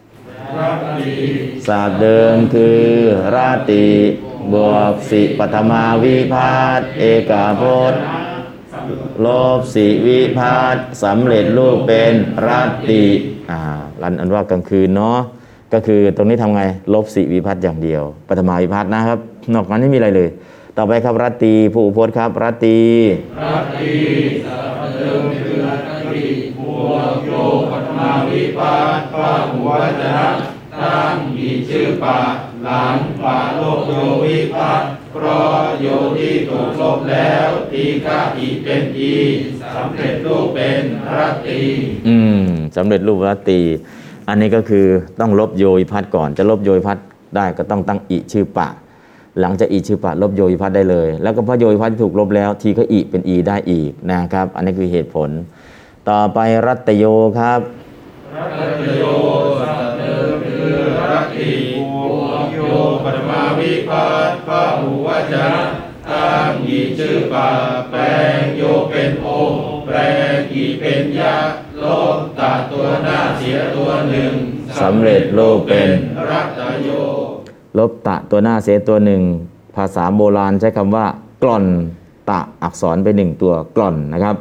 ศาสตร์เดิมคือราตรีบวกสิปฐมาวิภัตติเอกาพจน์ลบสิวิภัตติสำเร็จรูปเป็นราตรีรันอันว่ากลางคืนเนาะก็คือตรงนี้ทำไงลบสิวิภัตติอย่างเดียวปฐมาวิภัตตินะครับนอกนั้นไม่มีอะไรเลยต่อไปครับรัตตีผู้อุปพจน์ครับรัตตีสัตว์เดิมคือรัตติบวกโยปฐมาวิภัตติพหุวจนะตั้งอีชื่อปากหลังปาโลกโยวิภัตติเพราะโยที่ถูกลบแล้วทีฆะอีเป็นอีสำเร็จรูปเป็นรัตตีสำเร็จรูปรัตตีอันนี้ก็คือต้องลบโยวิภัตติก่อนจะลบโยวิภัตติได้ก็ต้องตั้งอิชื่อปากหลังจากอีชื่อปะลบโยวิภัตติได้เลยแล้วก็พอโยวิภัตติถูกลบแล้วทีก็อีเป็นอีได้อีกนะครับอันนี้คือเหตุผลต่อไปรัตโยครับรัตโยสัตว์เดิมคือรัตติบวกโยปฐมาวิภัตติพหุวจนะตั้งอีชื่อปะแปลงโยเป็นโอแปลงอีเป็นยะลบตัดตัวหน้าเสียตัวหนึ่งสำเร็จรูปเป็นรัตโยลบตะตัวหน้าเสียตัวหนึ่งภาษาโบราณใช้คำว่ากล่อนตะอักษรไปหนึ่งตัวกล่อนนะครับ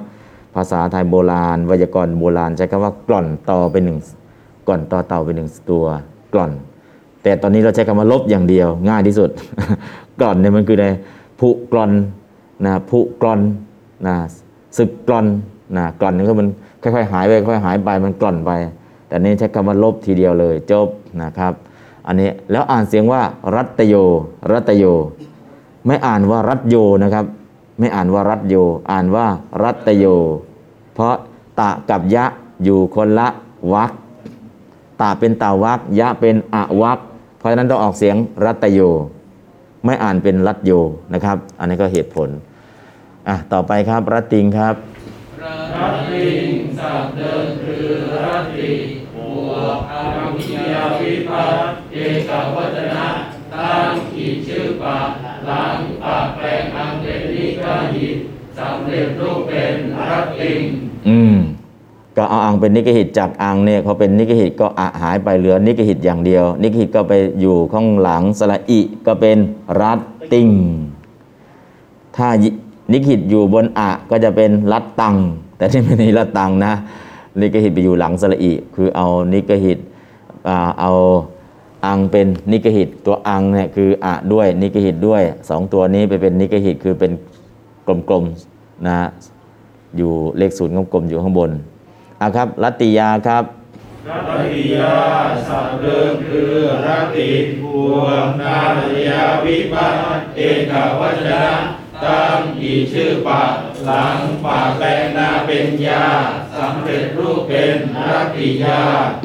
ภาษาไทยโบราณไวยากรณ์โบราณใช้คำว่ากล่อนต่อเป็นหนึ่งก่อนต่อเต่าเป็นหนึ่งตัวกล่อนแต่ตอนนี้เราใช้คำว่าลบอย่างเดียวง่ายที่สุด กล่อนเนี่ยมันคืออะไรผุกล่อนนะผุกล่อนนะสึกกล่อนนะกล่อนนี่ก็มันค่อยๆหายไปค่อยๆหายไปมันกล่อนไปแต่นี่ใช้คำว่าลบทีเดียวเลยจบนะครับอันนี้แล้วอ่านเสียงว่ารัตโยรัตโยไม่อ่านว่ารัตโยนะครับไม่อ่านว่ารัตโยอ่านว่ารัตโยเพราะตะกับยะอยู่คนละวรรคตะเป็นตาวรรคยะเป็นอวรรคเพราะฉะนั้นต้องออกเสียงรัตโยไม่อ่านเป็นรัตโยนะครับอันนี้ก็เหตุผลต่อไปครับรัตติงครับรัตติงศัพท์เดิมคือรัตติบวกอาวิยาวิภัตเอกวัจนะตั้งขีดชื่อปะหลังปะแปลงอังเป็นนิกหิตสำเร็จรูปเป็นรัตติงก็เอาอังเป็นนิกหิตจากอังเนี่ยเขาเป็นนิกหิตก็หายไปเหลือนิกหิตอย่างเดียวนิกหิตก็ไปอยู่ข้างหลังสระอิก็เป็นรัตติงถ้านิกหิตอยู่บนก็จะเป็นรัตตังแต่ที่ไม่ใช่รัตตังนะนิกหิตไปอยู่หลังสระอิคือเอานิกหิตเอาอังเป็นนิกหิตตัวอังเนี่ยคือด้วยนิกหิตด้วยสองตัวนี้ไปเป็นนิกหิตคือเป็นกลมๆนะอยู่เลขศูนย์กลมๆอยู่ข้างบนครับรัตติยาครับรัตติยาศัพท์เดิมคือรัตติบวกนารัตยาวิภัตเอกวัจนะตั้งขีดชื่อปะหลังปะแปลงนาเป็นยาสำเร็จรูปเป็นรัตติยา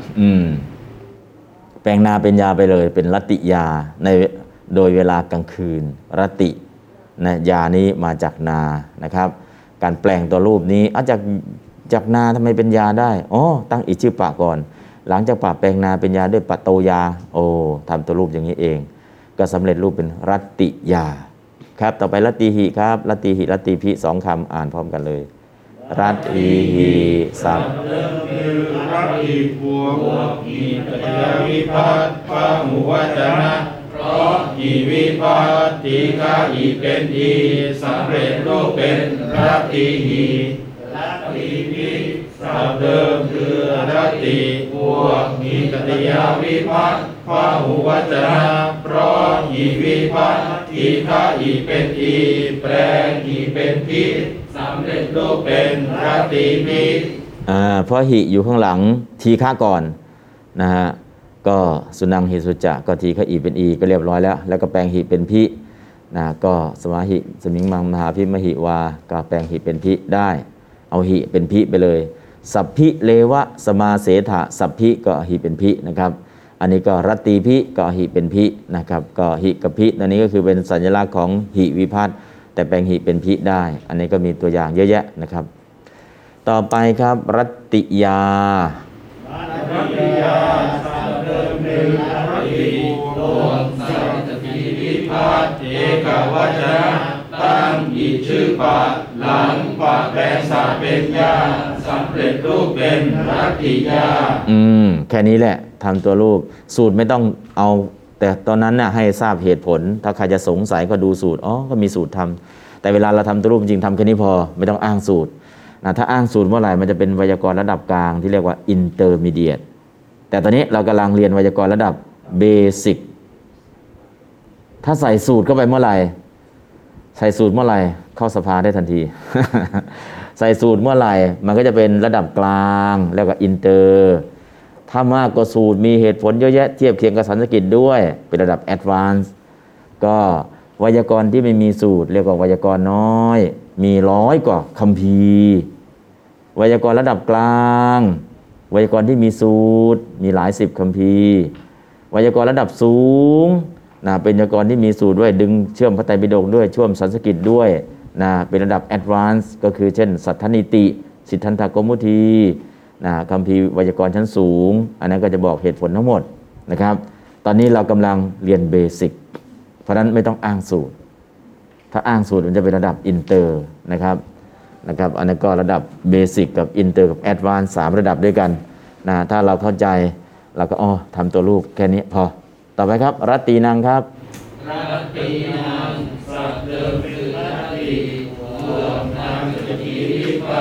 แปลงนาเป็นยาไปเลยเป็นรัตติยาในโดยเวลากลางคืนรัตตินะยานี้มาจากนานะครับการแปลงตัวรูปนี้จากนาทำไมเป็นยาได้ตั้งอีกชื่อปะก่อนหลังจากปะแปลงนาเป็นยาด้วยปะโตยาทำตัวรูปอย่างนี้เองก็สำเร็จรูปเป็นรัตติยาครับต่อไปรัตติหิครับรัตติหิรัตติภิสองคำอ่านพร้อมกันเลยรัตติหิสัพรัตติบวกหิตยาวิภัตพหุวจนะเพราะหิวิภัตติฆะหิเป็นอีสำเร็จรูปเป็นรัตติหิรัตติภิศัพท์เดิมคือรัตติบวกหิตยาวิภัตพหุวจนะเพราะหิวิภัตติฆะหิเป็นอีแปลงหิเป็นภิสำเร็จรูปเป็นรัตติภิเพราะหิอยู่ข้างหลังทีฆะก่อนนะฮะก็สุนังหิสุจะก็ทีฆะอีเป็นอีก็เรียบร้อยแล้วก็แปลงหิเป็นภินะก็สมาหิสมิงมังมหาภิมหิวาก็แปลงหิเป็นภิได้เอาหิเป็นภิไปเลยสัพพิเลวะสมาเสถะสัพพิก็หิเป็นภินะครับอันนี้ก็รัตติภิก็หิเป็นภินะครับก็หิกับภิอันนี้ก็คือเป็นสัญลักษณ์ของหิวิภัตแต่แปลงหิเป็นภิได้อันนี้ก็มีตัวอย่างเยอะแยะนะครับต่อไปครับรัตติยารัตติยาศัพท์เดิมคือรัตติบวกสัพพิวิภัตเอกวัจนะตั้งอีกชื่อปะหลังปะแปลงศัพท์เป็นยาสำเร็จรูปเป็นรัตติยาแค่นี้แหละทำตัวรูปสูตรไม่ต้องเอาแต่ตอนนั้นน่ะให้ทราบเหตุผลถ้าใครจะสงสัยก็ดูสูตรก็มีสูตรทำแต่เวลาเราทำตัวรูปจริงทำแค่นี้พอไม่ต้องอ้างสูตรถ้าอ้างสูตรเมื่อไหร่มันจะเป็นไวยากรณ์ระดับกลางที่เรียกว่า intermediate แต่ตอนนี้เรากำลังเรียนไวยากรณ์ระดับ basic ถ้าใส่สูตรเข้าไปเมื่อไหร่ใส่สูตรเมื่อไหร่เข้าสภาได้ทันที ใส่สูตรเมื่อไหร่มันก็จะเป็นระดับกลางแล้วก็อินเตอร์ถ้ามากกว่าสูตรมีเหตุผลเยอะแยะเทียบเคียงกับสันสกฤตด้วยเป็นระดับแอดวานซ์ก็ไวยากรณ์ที่ไม่มีสูตรเรียกว่าไวยากรณ์น้อยมี100 กว่าคัมภีร์ไวยากรณ์ระดับกลางไวยากรณ์ที่มีสูตรมีหลาย10คัมภีร์ไวยากรณ์ระดับสูงเป็นไวยากรณ์ที่มีสูตรด้วยดึงเชื่อมพระไตรปิฎกด้วยเชื่อมสันสกฤตด้วยเป็นระดับแอดวานซ์ก็คือเช่นสัทธนิติสิทธันถกมุทีคัมภีร์ไวยากรณ์ชั้นสูงอันนั้นก็จะบอกเหตุผลทั้งหมดนะครับตอนนี้เรากำลังเรียนเบสิกเพราะนั้นไม่ต้องอ้างสูตรถ้าอ้างสูตรมันจะเป็นระดับอินเตอร์นะครับอันนั้นก็ระดับเบสิกกับอินเตอร์กับแอดวานซ์3ระดับด้วยกันถ้าเราเข้าใจเราก็ทำตัวรูปแค่นี้พอต่อไปครับรัตตีนังครับรัตตีนังศัพท์เดิมคือรัตติบวกนามสติวิภัต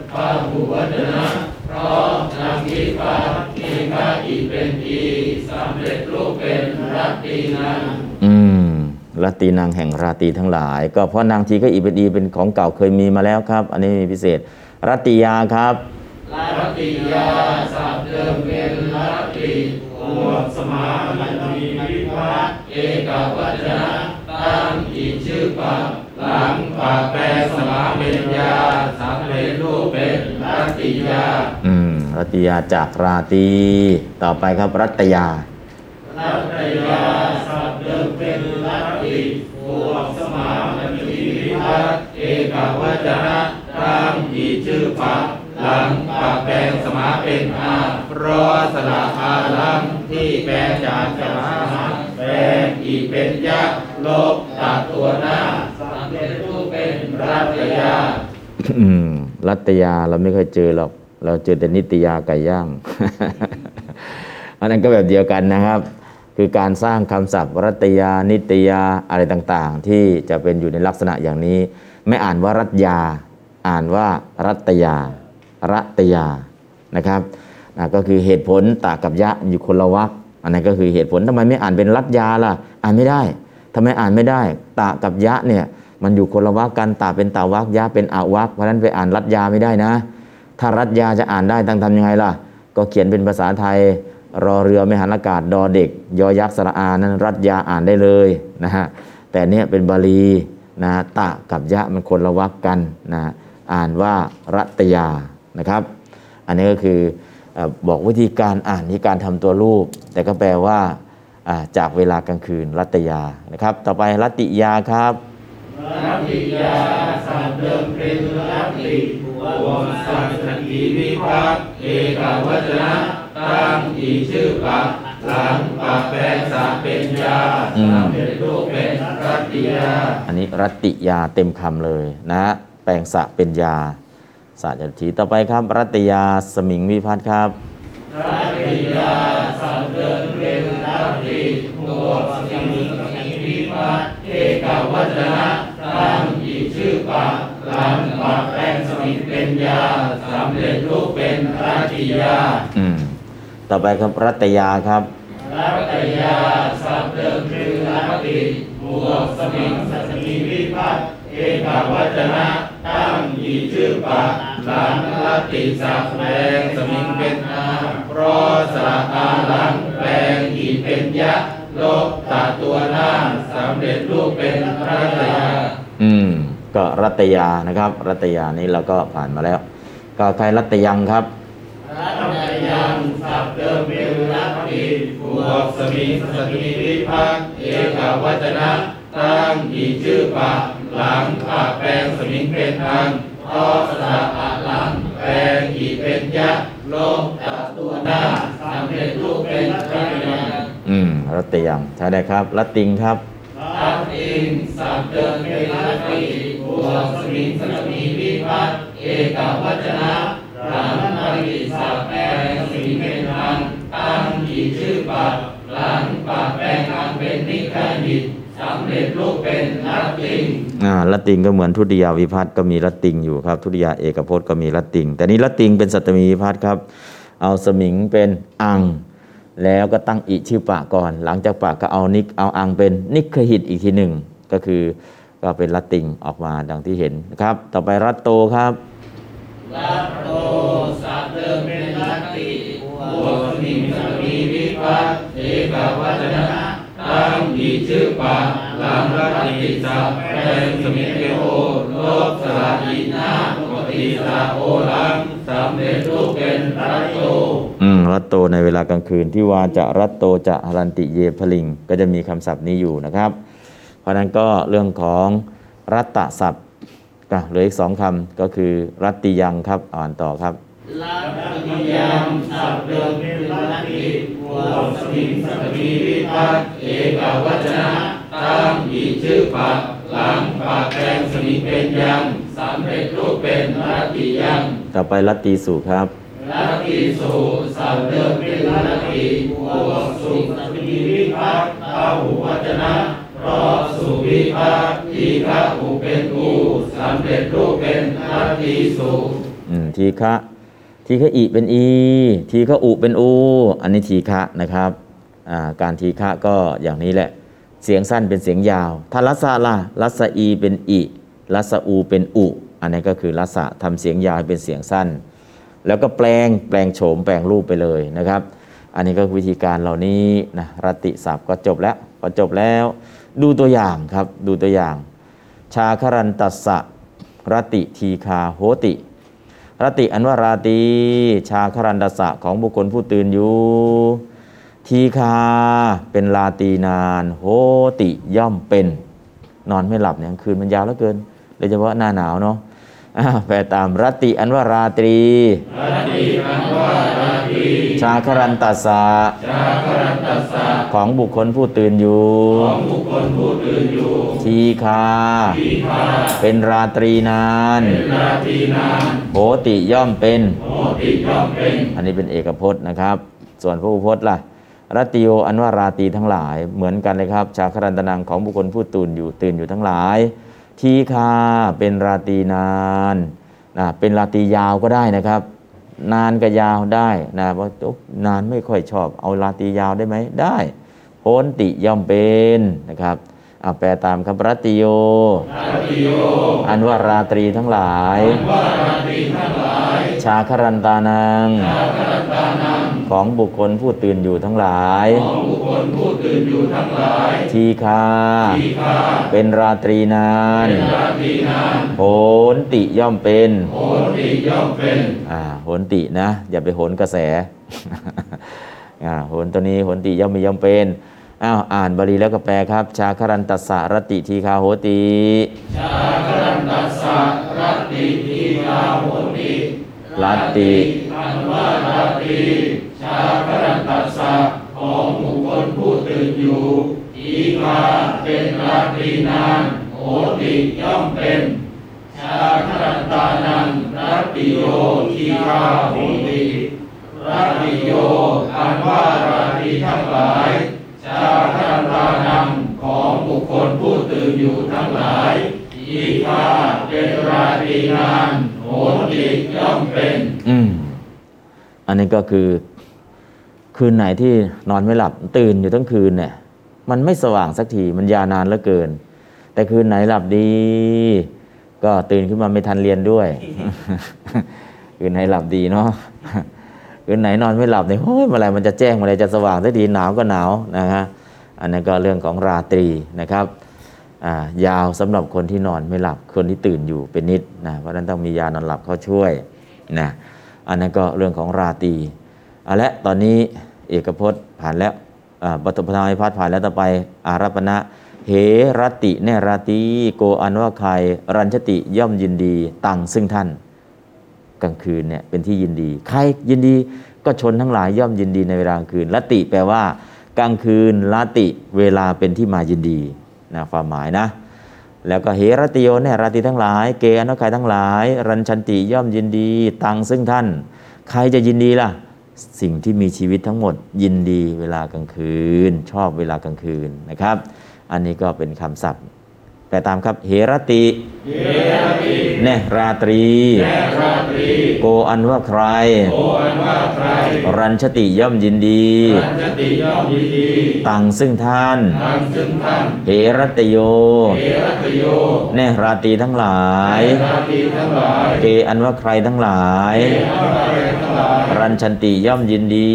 พหุวจนะเพราะนางทิพาทีฆะอีเป็นอีสำเร็จรูปเป็นรัตตินังรัตตีนางแห่งราตรีทั้งหลาย ก็เพราะนางทีก็อีเป็นอีเป็นของเก่าเคยมีมาแล้วครับ อันนี้มีพิเศษรัตติยาครับรัตติยาสัพเดิมเป็นรัตติบวกสมามันมีวิภัตเอกวัจนะตั้งอีกชื่อปะหลังปะแปลสมาเป็นยาสำเร็จรูปเป็นรัตติยารัตติยาจากราตรีต่อไปครับรัตยารัตยาสัพเดิมเป็นรัตติบวกสมามันมีวิภัตเอกวัจนะตั้งอีกชื่อปะหลังปะแปลงสมาเป็นอาเพราะสระอาลังที่แปลงจากสมาแปลงอีกเป็นยักษ์ลบตัดตัวหน้าสำเร็จรูปเป็นรัตยารัตยาเราไม่เคยเจอหรอกเราเจอแต่นิตยาไก่ย่าง อันนั้นก็แบบเดียวกันนะครับ คือการสร้างคำศัพท์รัตยานิตยาอะไรต่างๆที่จะเป็นอยู่ในลักษณะอย่างนี้ไม่อ่านว่ารัตยาอ่านว่ารัตยารัตยานะครับก็คือเหตุผลตากับยะอยู่คนละวรรคอันนั้นก็คือเหตุผลทำไมไม่อ่านเป็นรัตยาล่ะอ่านไม่ได้ทำไมอ่านไม่ได้ตากับยะเนี่ยมันอยู่คนละวรรคกันตาเป็นตาวรรคยะเป็นอวรรคเพราะฉะนั้นไปอ่านรัตยาไม่ได้นะถ้ารัตยาจะอ่านได้ต้องทำยังไงล่ะก็เขียนเป็นภาษาไทยรอเรือไม่หันอากาศดอเด็กยอยักษ์สระอานั้นรัตยาอ่านได้เลยนะฮะแต่เนี่ยเป็นบาลีนะตากับยะมันคนละวรรคกันนะอ่านว่ารัตยานะครับอันนี้ก็คือบอกวิธีการอ่านที่การทำตัวรูปแต่ก็แปลว่าจากเวลากลางคืนรัตยานะครับต่อไปรัตติยาครับรัตติยาสัพเดิมเป็นรัตติบวกสัตติวิภัตเอกวัจนะตั้งอีกชื่อปะหลังปะแปลงสาเป็นยาสำเร็จรูปเป็นรัตติยาอันนี้รัตติยาเต็มคำเลยนะแปลงสะเป็นยาศาสตร์ทีต่อไปครับรัตยาสมิงวิภัตครับรัตยาสัพเดิมเป็นรัตติบวกสมิงวิภัตเอกวัจนะตั้งอีกชื่อปะหลังปะแปลงสมิงเป็นยาสำเร็จรูปเป็นรัตติยาต่อไปครับรัตยาครับรัตยาสัพเดิมเป็นรัตติบวกสมิงวิภัตเอกวัจนะตั้งอีกชื่อปะหลังรัตติสัพแปลงสมิงเป็นอาเพราะสระอาหลังแปลงอีกเป็นยะลบตัดตัวหน้าสำเร็จรูปเป็นรัตยาก็รัตยานะครับรัตยานี้เราก็ผ่านมาแล้วก็ใครรัตยังครับรัตยังสัพเดิมเป็นรัตติบวกสมิงวิภัตเอกวัจนะตั้งอีกชื่อปะหลังปะแปลงสมิงเป็นอังเพราะสระอะหลังแปลงอีกเป็นยะลบตัดตัวหน้าสำเร็จรูปเป็นรัตยังรัตยังใช่ได้ครับรัตติงครับรัตติงสัพเดิมเป็นรัตติบวกสมิงวิภัตเอกวัจนะหลังรัตติสัพแปลงสมิงเป็นอังตั้งอีกชื่อปะหลังปะแปลงอังเป็นนิคหิตสำเร็จรูปเป็นรัตติงรัตติงก็เหมือนทุติยาวิภัตก็มีรัตติงอยู่ครับทุติยาเอกพจน์ก็มีรัตติงแต่นี้รัตติงเป็นสัตตมีวิภัตครับเอาสมิงเป็นอังแล้วก็ตั้งอิชื่อปะก่อนหลังจากปะก็เอาอังเป็นนิคหิตอีกทีหนึ่งก็คือก็เป็นรัตติงออกมาดังที่เห็นนะครับต่อไปรัตโตครับรัตโตสัพเดิมเป็นรัตติบวกสมิงวิภัตเอกวัจนะตั้งอีกชื่อปะหลังรัตติสัพแปลงสมิงเป็นโอลบสระอีหน้าปกติสระโอหลังสำเร็จรูปเป็นรัตโตรัตโตในเวลากลางคืนที่ว่าจะรัตโตจะหรันติเยพลิงก็จะมีคำศัพท์นี้อยู่นะครับเพราะนั้นก็เรื่องของรัตตศัพท์ก็เหลืออีก2คำก็คือรัตติยังครับอ่านต่อครับรัตติยังสัพเดิมเป็นรัตติบวกสมิงวิภัตเอกวัจนะตั้งอีกชื่อปะหลังปะแปลงสมิงเป็นยังสำเร็จรูปเป็นรัตติยังต่อไปรัตติสุครับรัตติสุสัพเดิมเป็นรัตติบวกสุสมิงวิภัตพหุวจนะเพราะสุวิภัตทีฆะอุเป็นอูสำเร็จรูปเป็นรัตติสุทีฆะทีฆะอิเป็นอีทีฆะอุเป็นอูอันนี้ทีฆะนะครับการทีฆะก็อย่างนี้แหละเสียงสั้นเป็นเสียงยาวถ้าลัสสะล่ะลัสสะอีเป็นอิลัสสะอูเป็นอุอันนี้ก็คือลัสสะทำเสียงยาวเป็นเสียงสั้นแล้วก็แปลงโฉมแปลงรูปไปเลยนะครับอันนี้ก็วิธีการเหล่านี้นะรติศัพท์ก็จบแล้วพอจบแล้วดูตัวอย่างครับดูตัวอย่างชาครันตัสสะรติทีคาโหติรติอันว่าราตรีชาครันตัสสะของบุคคลผู้ตื่นอยู่ทีคาเป็นราตรีนานโหติย่อมเป็นนอนไม่หลับเนี่ยคืนมันยาวเหลือเกินโดยเฉพาะหน้าหนาวเนาะแปลตามรติอันว่าราตรีชาครันตัสสะของบุคคลผู้ตื่นอยู่ทีคาเป็นราตรีนานโหติย่อมเป็นอันนี้เป็นเอกพจน์นะครับส่วนพหูพจน์ล่ะรติโยอันว่าราตรีทั้งหลายเหมือนกันเลยครับชาครันตนังของบุคคลผู้ตื่นอยู่ทั้งหลายทีคาเป็นราตรีนานเป็นราตรียาวก็ได้นะครับนานกับยาวได้นะเพราะนานไม่ค่อยชอบเอาราตรียาวได้ไหมได้โหติย่อมเป็นนะครับแปลตามครับรติโยอันว่าราตรีทั้งหลายชาครันตานังของบุคคลผู้ตื่นอยู่ทั้งหลายทีคาเป็นราตรีนานโหนติย่อมเป็นโหนตินะอย่าไปโหนกระแสโหนตัวนี้โหนติย่อมมีย่อมเป็นอ่านบาลีแล้วก็แปลครับชาครันตัสสะรติทีคาโหติชาครันตัสสะรติทีคาโหติรติอันว่าราตรีชาครันตัสสะของบุคคลผู้ตื่นอยู่ทีคาเป็นราตรีนานโหติย่อมเป็นชาครันตานังรติโยทีคาโหติรติโยอันว่าราตรีทั้งหลายชาครันตานังของบุคคลผู้ตื่นอยู่ทั้งหลายทีคาเป็นราตรีนานโหติย่อมเป็นอันนี้ก็คือคืนไหนที่นอนไม่หลับตื่นอยู่ทั้งคืนเนี่ยมันไม่สว่างสักทีมันยาวนานเหลือเกินแต่คืนไหนหลับดีก็ตื่นขึ้นมาไม่ทันเรียนด้วย คืนไหนหลับดีเนาะคืนไหนนอนไม่หลับเนี่ยโอ้ยเมื่อไหร่มันจะแจ้งเมื่อไหร่จะสว่างสักทีหนาวก็หนาวนะฮะอันนั้นก็เรื่องของราตรีนะครับยาวสำหรับคนที่นอนไม่หลับคนที่ตื่นอยู่เป็นนิดนะเพราะฉะนั้นต้องมียานอนหลับเข้าช่วยนะอันนั้นก็เรื่องของราตรีและตอนนี้เอกพจน์ผ่านแล้วปฐมพาวิภัตผ่านแล้วต่อไปอารัปณะเหรติแน่ราตรีโกอันว่าใครรัญชติย่อมยินดีตังซึ่งท่านกลางคืนเนี่ยเป็นที่ยินดีใครยินดีก็ชนทั้งหลายย่อมยินดีในเวลากลางคืนรติแปลว่ากลางคืนรติเวลาเป็นที่มายินดีนะความหมายนะแล้วก็เหรติโยแน่ราตรีทั้งหลายเกอันว่าใครทั้งหลายรัญชันติย่อมยินดีตังซึ่งท่านใครจะยินดีล่ะสิ่งที่มีชีวิตทั้งหมดยินดีเวลากลางคืนชอบเวลากลางคืนนะครับอันนี้ก็เป็นคำศัพท์แปลตามครับเหรติแน่ราตรีโกอันว่าใครรัญชติย่อมยินดีตังซึ่งท่านเหรติโยแน่ราตรีทั้งหลายเกอันว่าใครทั้งหลายรัญชันติย่อมยินดี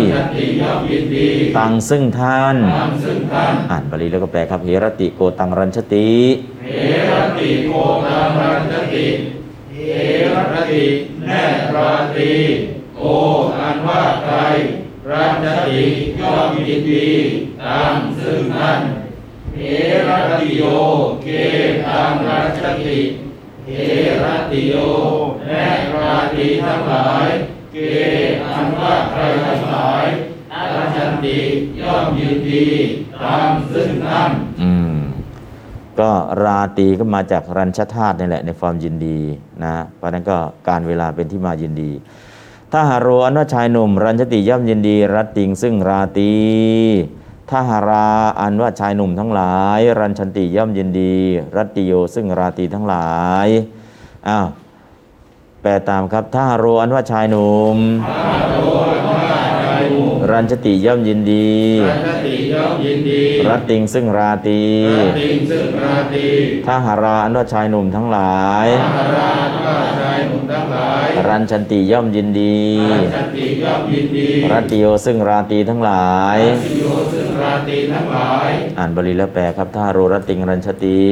ตังซึ่งท่านอ่านบาลีแล้วก็แปลครับเหรติโกตังรัญชติเหรติโกตังรัญชติเหรติแน่ราตรีโกอันว่าใครรัญชติย่อมยินดีตังซึ่งท่านเหรติโยเกตังรัญชติเหรติโยแน่ราตรีทั้งหลายเกอันว่าใครทั้งหลายรัญชติย่อมยินดีตังซึ่งท่านก็ราตรีก็มาจากรัญชธาตุนี่แหละในความยินดีนะเพราะนั้นก็การเวลาเป็นที่มายินดีถ้าหาโรอันว่าชายหนุ่มรัญชติย่อมยินดีรัตติงซึ่งราตรีถ้าหาราอันว่าชายหนุ่มทั้งหลายรัญชันติย่อมยินดีรัตติโยซึ่งราตรีทั้งหลายแปลตามครับถ้าโรอันว่าชายหนุ่มรัญชติย่อมยินดีรัตติงซึ่งราตรีถ้าหาราอันว่าชายหนุ่มทั้งหลายรัญชันติย่อมยินดีรัตติโยซึ่งราตรีทั้งหลายอ่านบาลีแล้วแปลครับถ้าโรรัตติงรัญชติ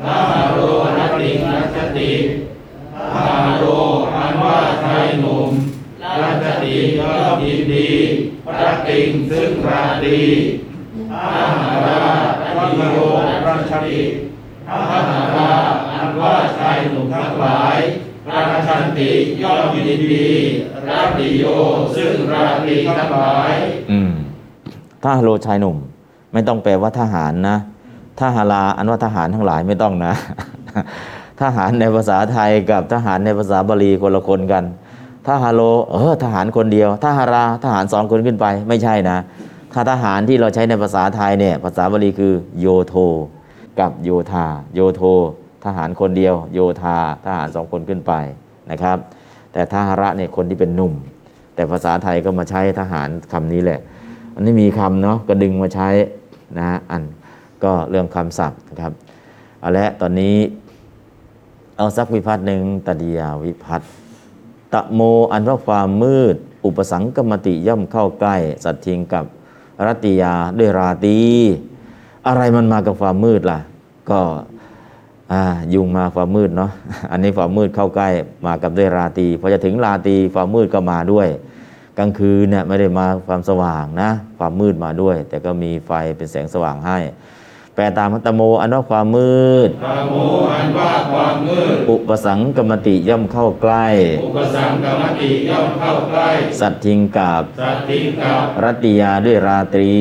อันว่าชายหนุ่มรัชติย่อมยินดีรัตติงซึ่งราตรีถ้าหารารัตโยรัชติถ้าหาราอันว่าชายหนุ่มทั้งหลายรัชันติย่อมยินดีรัตติโยซึ่งราตรีทั้งหลายถ้าโรชายหนุ่มไม่ต้องแปลว่าทหารนะถ้าหาราอันว่าทหารทั้งหลายไม่ต้องนะทหารในภาษาไทยกับทหารในภาษาบาลีคนละคนกันถ้าฮาโลทหารคนเดียวถ้าฮาราทหาร2 คนขึ้นไปไม่ใช่นะถ้าทหารที่เราใช้ในภาษาไทยเนี่ยภาษาบาลีคือโยโทกับโยธาโยโททหารคนเดียวโยธาทหาร2 คนขึ้นไปนะครับแต่ถ้าฮาระเนี่ยคนที่เป็นหนุ่มแต่ภาษาไทยก็มาใช้ทหารคำนี้แหละอันนี้มีคำเนาะก็ดึงมาใช้นะอันก็เรื่องคำศัพท์นะครับเอาละตอนนี้เอาสักวิภัตหนึ่งตติยาวิภัตตะโมอันว่าความมืดอุปสังกมติย่อมเข้าใกล้สัตทิงกับรัตติยาด้วยราตรีอะไรมันมากับความมืดล่ะก็ยุงมาความมืดเนาะอันนี้ความมืดเข้าใกล้มากับด้วยราตรีพอจะถึงราตรีความมืดก็มาด้วยกลางคืนเนี่ยไม่ได้มาความสว่างนะความมืดมาด้วยแต่ก็มีไฟเป็นแสงสว่างให้แปลตามตะโมอันว่าความมืดตะโมอันว่าความมืดอุปสังกมติย่อมเข้าใกล้อุปสังกมติย่อมเข้าใกล้สัตทิงกับรัตติยาด้วยราตรี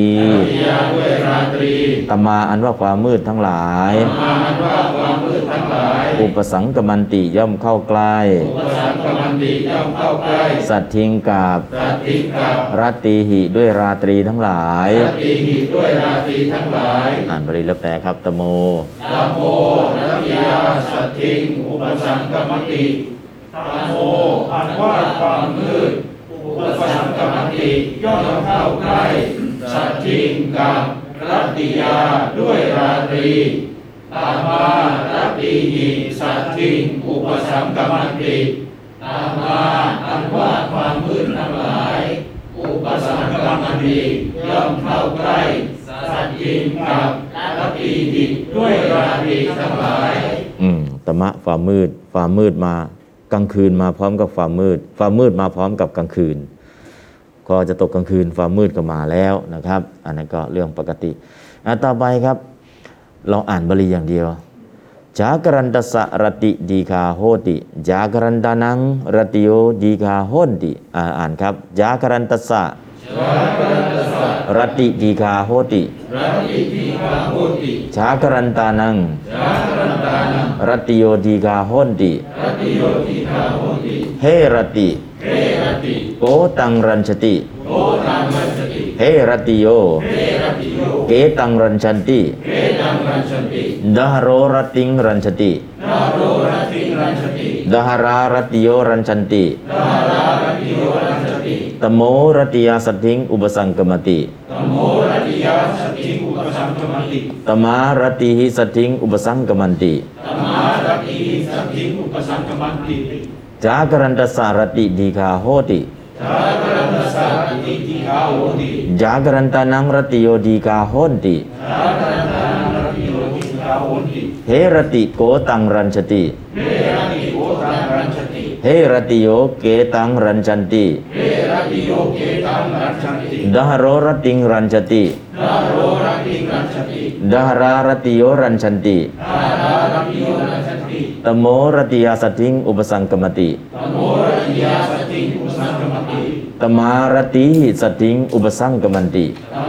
ตมาอันว่าความมืดทั้งหลายอุปสังกมันติย่อมเข้าใกล้สัตทิงกับรัตติหิด้วยราตรีทั้งหลายอ่านบาลีแล้วแปลครับตะโมตะโมรัตติยาสัตทิงอุปสังกมติตะโมอันว่าความมืดอุปสังกมติย่อมเข้าใกล้สัตทิงกับรัตติยาด้วยราตรีตามารัตติหิสัตทิงอุปสังกมติตามาอันว่าความมืดทั้งหลายอุปสังกมติย่อมเข้าใกล้สัตทิงกับรัตติหิด้วยราตรีทั้งหลายตมะความมืดมากลางคืนมาพร้อมกับความมืดมาพร้อมกับกลางคืนก็จะตกกลางคืนความมืดก็มาแล้วนะครับอันนั้นก็เรื่องปกติต่อไปครับเราอ่านบาลีอย่างเดียวจากรันตสะรติดีคาโหติจากรันตานังรติโยดีคาโหติอ่านครับจากรันตสะรติดีคาโหติจากรันตานังรติโยดีคาโหติเฮรติโกตังรัญชติเฮรติโยเกตังรัญชันติดหโรรติงรัญชติดหรารติโยรัญชันติตโมรติยาสัตถิงอุปสังกมติตมารติหิสัตถิงอุปสังกมันติจากรันตสารติดีคาโหติจากรันตานังรติโยดีคาโหติเฮรติโกตังรัญชติเฮรติโยเกตังรัญชันติดหโรรติงรัญชติดหรารติโยรัญชันติตโมรติยาสัตถิงอุปสังกมติตมารติหิสัตถิงอุปสังกมันติ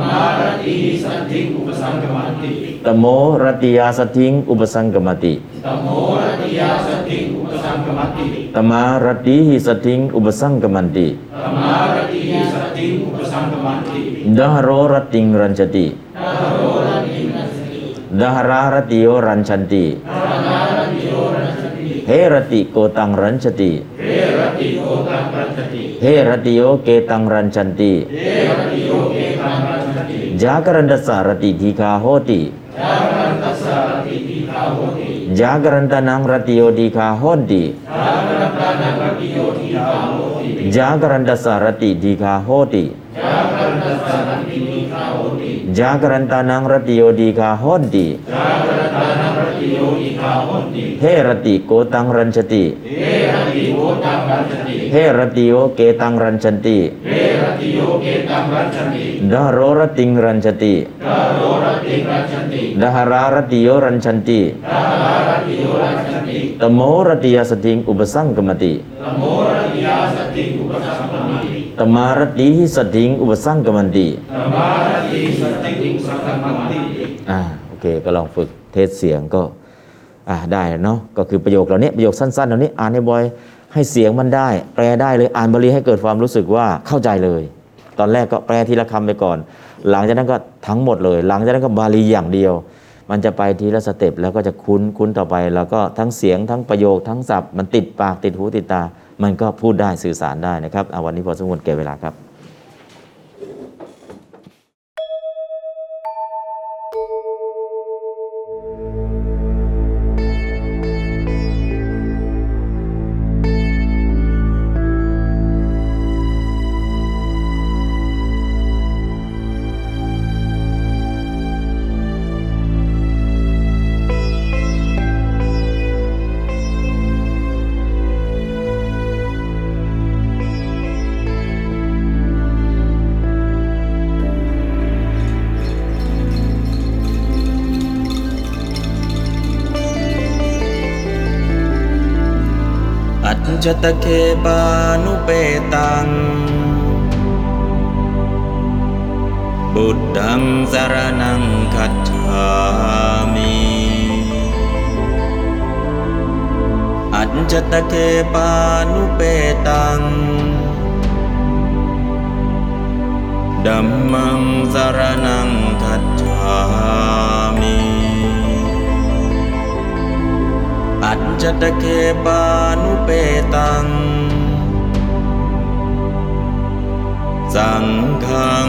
ตโมรติยาสัตถิงอุปสังกมติตมารติหิสัตถิงอุปสังกมันติดหโรรติงรัญชติดหรารติโยรัญชันติเฮรติโกตังรัญชติเฮรติโยเกตังรัญชันติยากรันตสารติทีคาโหติยากรันตานังรติโยทีคาโหติยากรันตสารติทีคาโหติยากรันตานังรติโยทีคาโหติเฮรติโกตังรัญชติเฮรติโยเกตังรัญชันติดาโรรติงรัญชติดาหารารติโยรัญชันติตโมรติยสติงอุปสังกมติตมารติหิสติงอุปสังกมันติโอเคก็ลองฝึกเทสเสียงก็ได้เนาะก็คือประโยคเหล่านี้ประโยคสั้นๆเหล่านี้อ่านให้บ่อยให้เสียงมันได้แปลได้เลยอ่านบาลีให้เกิดความรู้สึกว่าเข้าใจเลยตอนแรกก็แปลทีละคำไปก่อนหลังจากนั้นก็ทั้งหมดเลยหลังจากนั้นก็บาลีอย่างเดียวมันจะไปทีละสเต็ปแล้วก็จะคุ้นต่อไปแล้วก็ทั้งเสียงทั้งประโยคทั้งศัพท์มันติดปากติดหูติดตามันก็พูดได้สื่อสารได้นะครับวันนี้พอสมควรแก่เวลาครับอัจจตเคปานุเปตังบุตตังสรณังคัจฉามิอัจจตเคปานุเปตังธัมมังสรณังคัจฉามิอัจจตเคปานุเปตังสังฆัง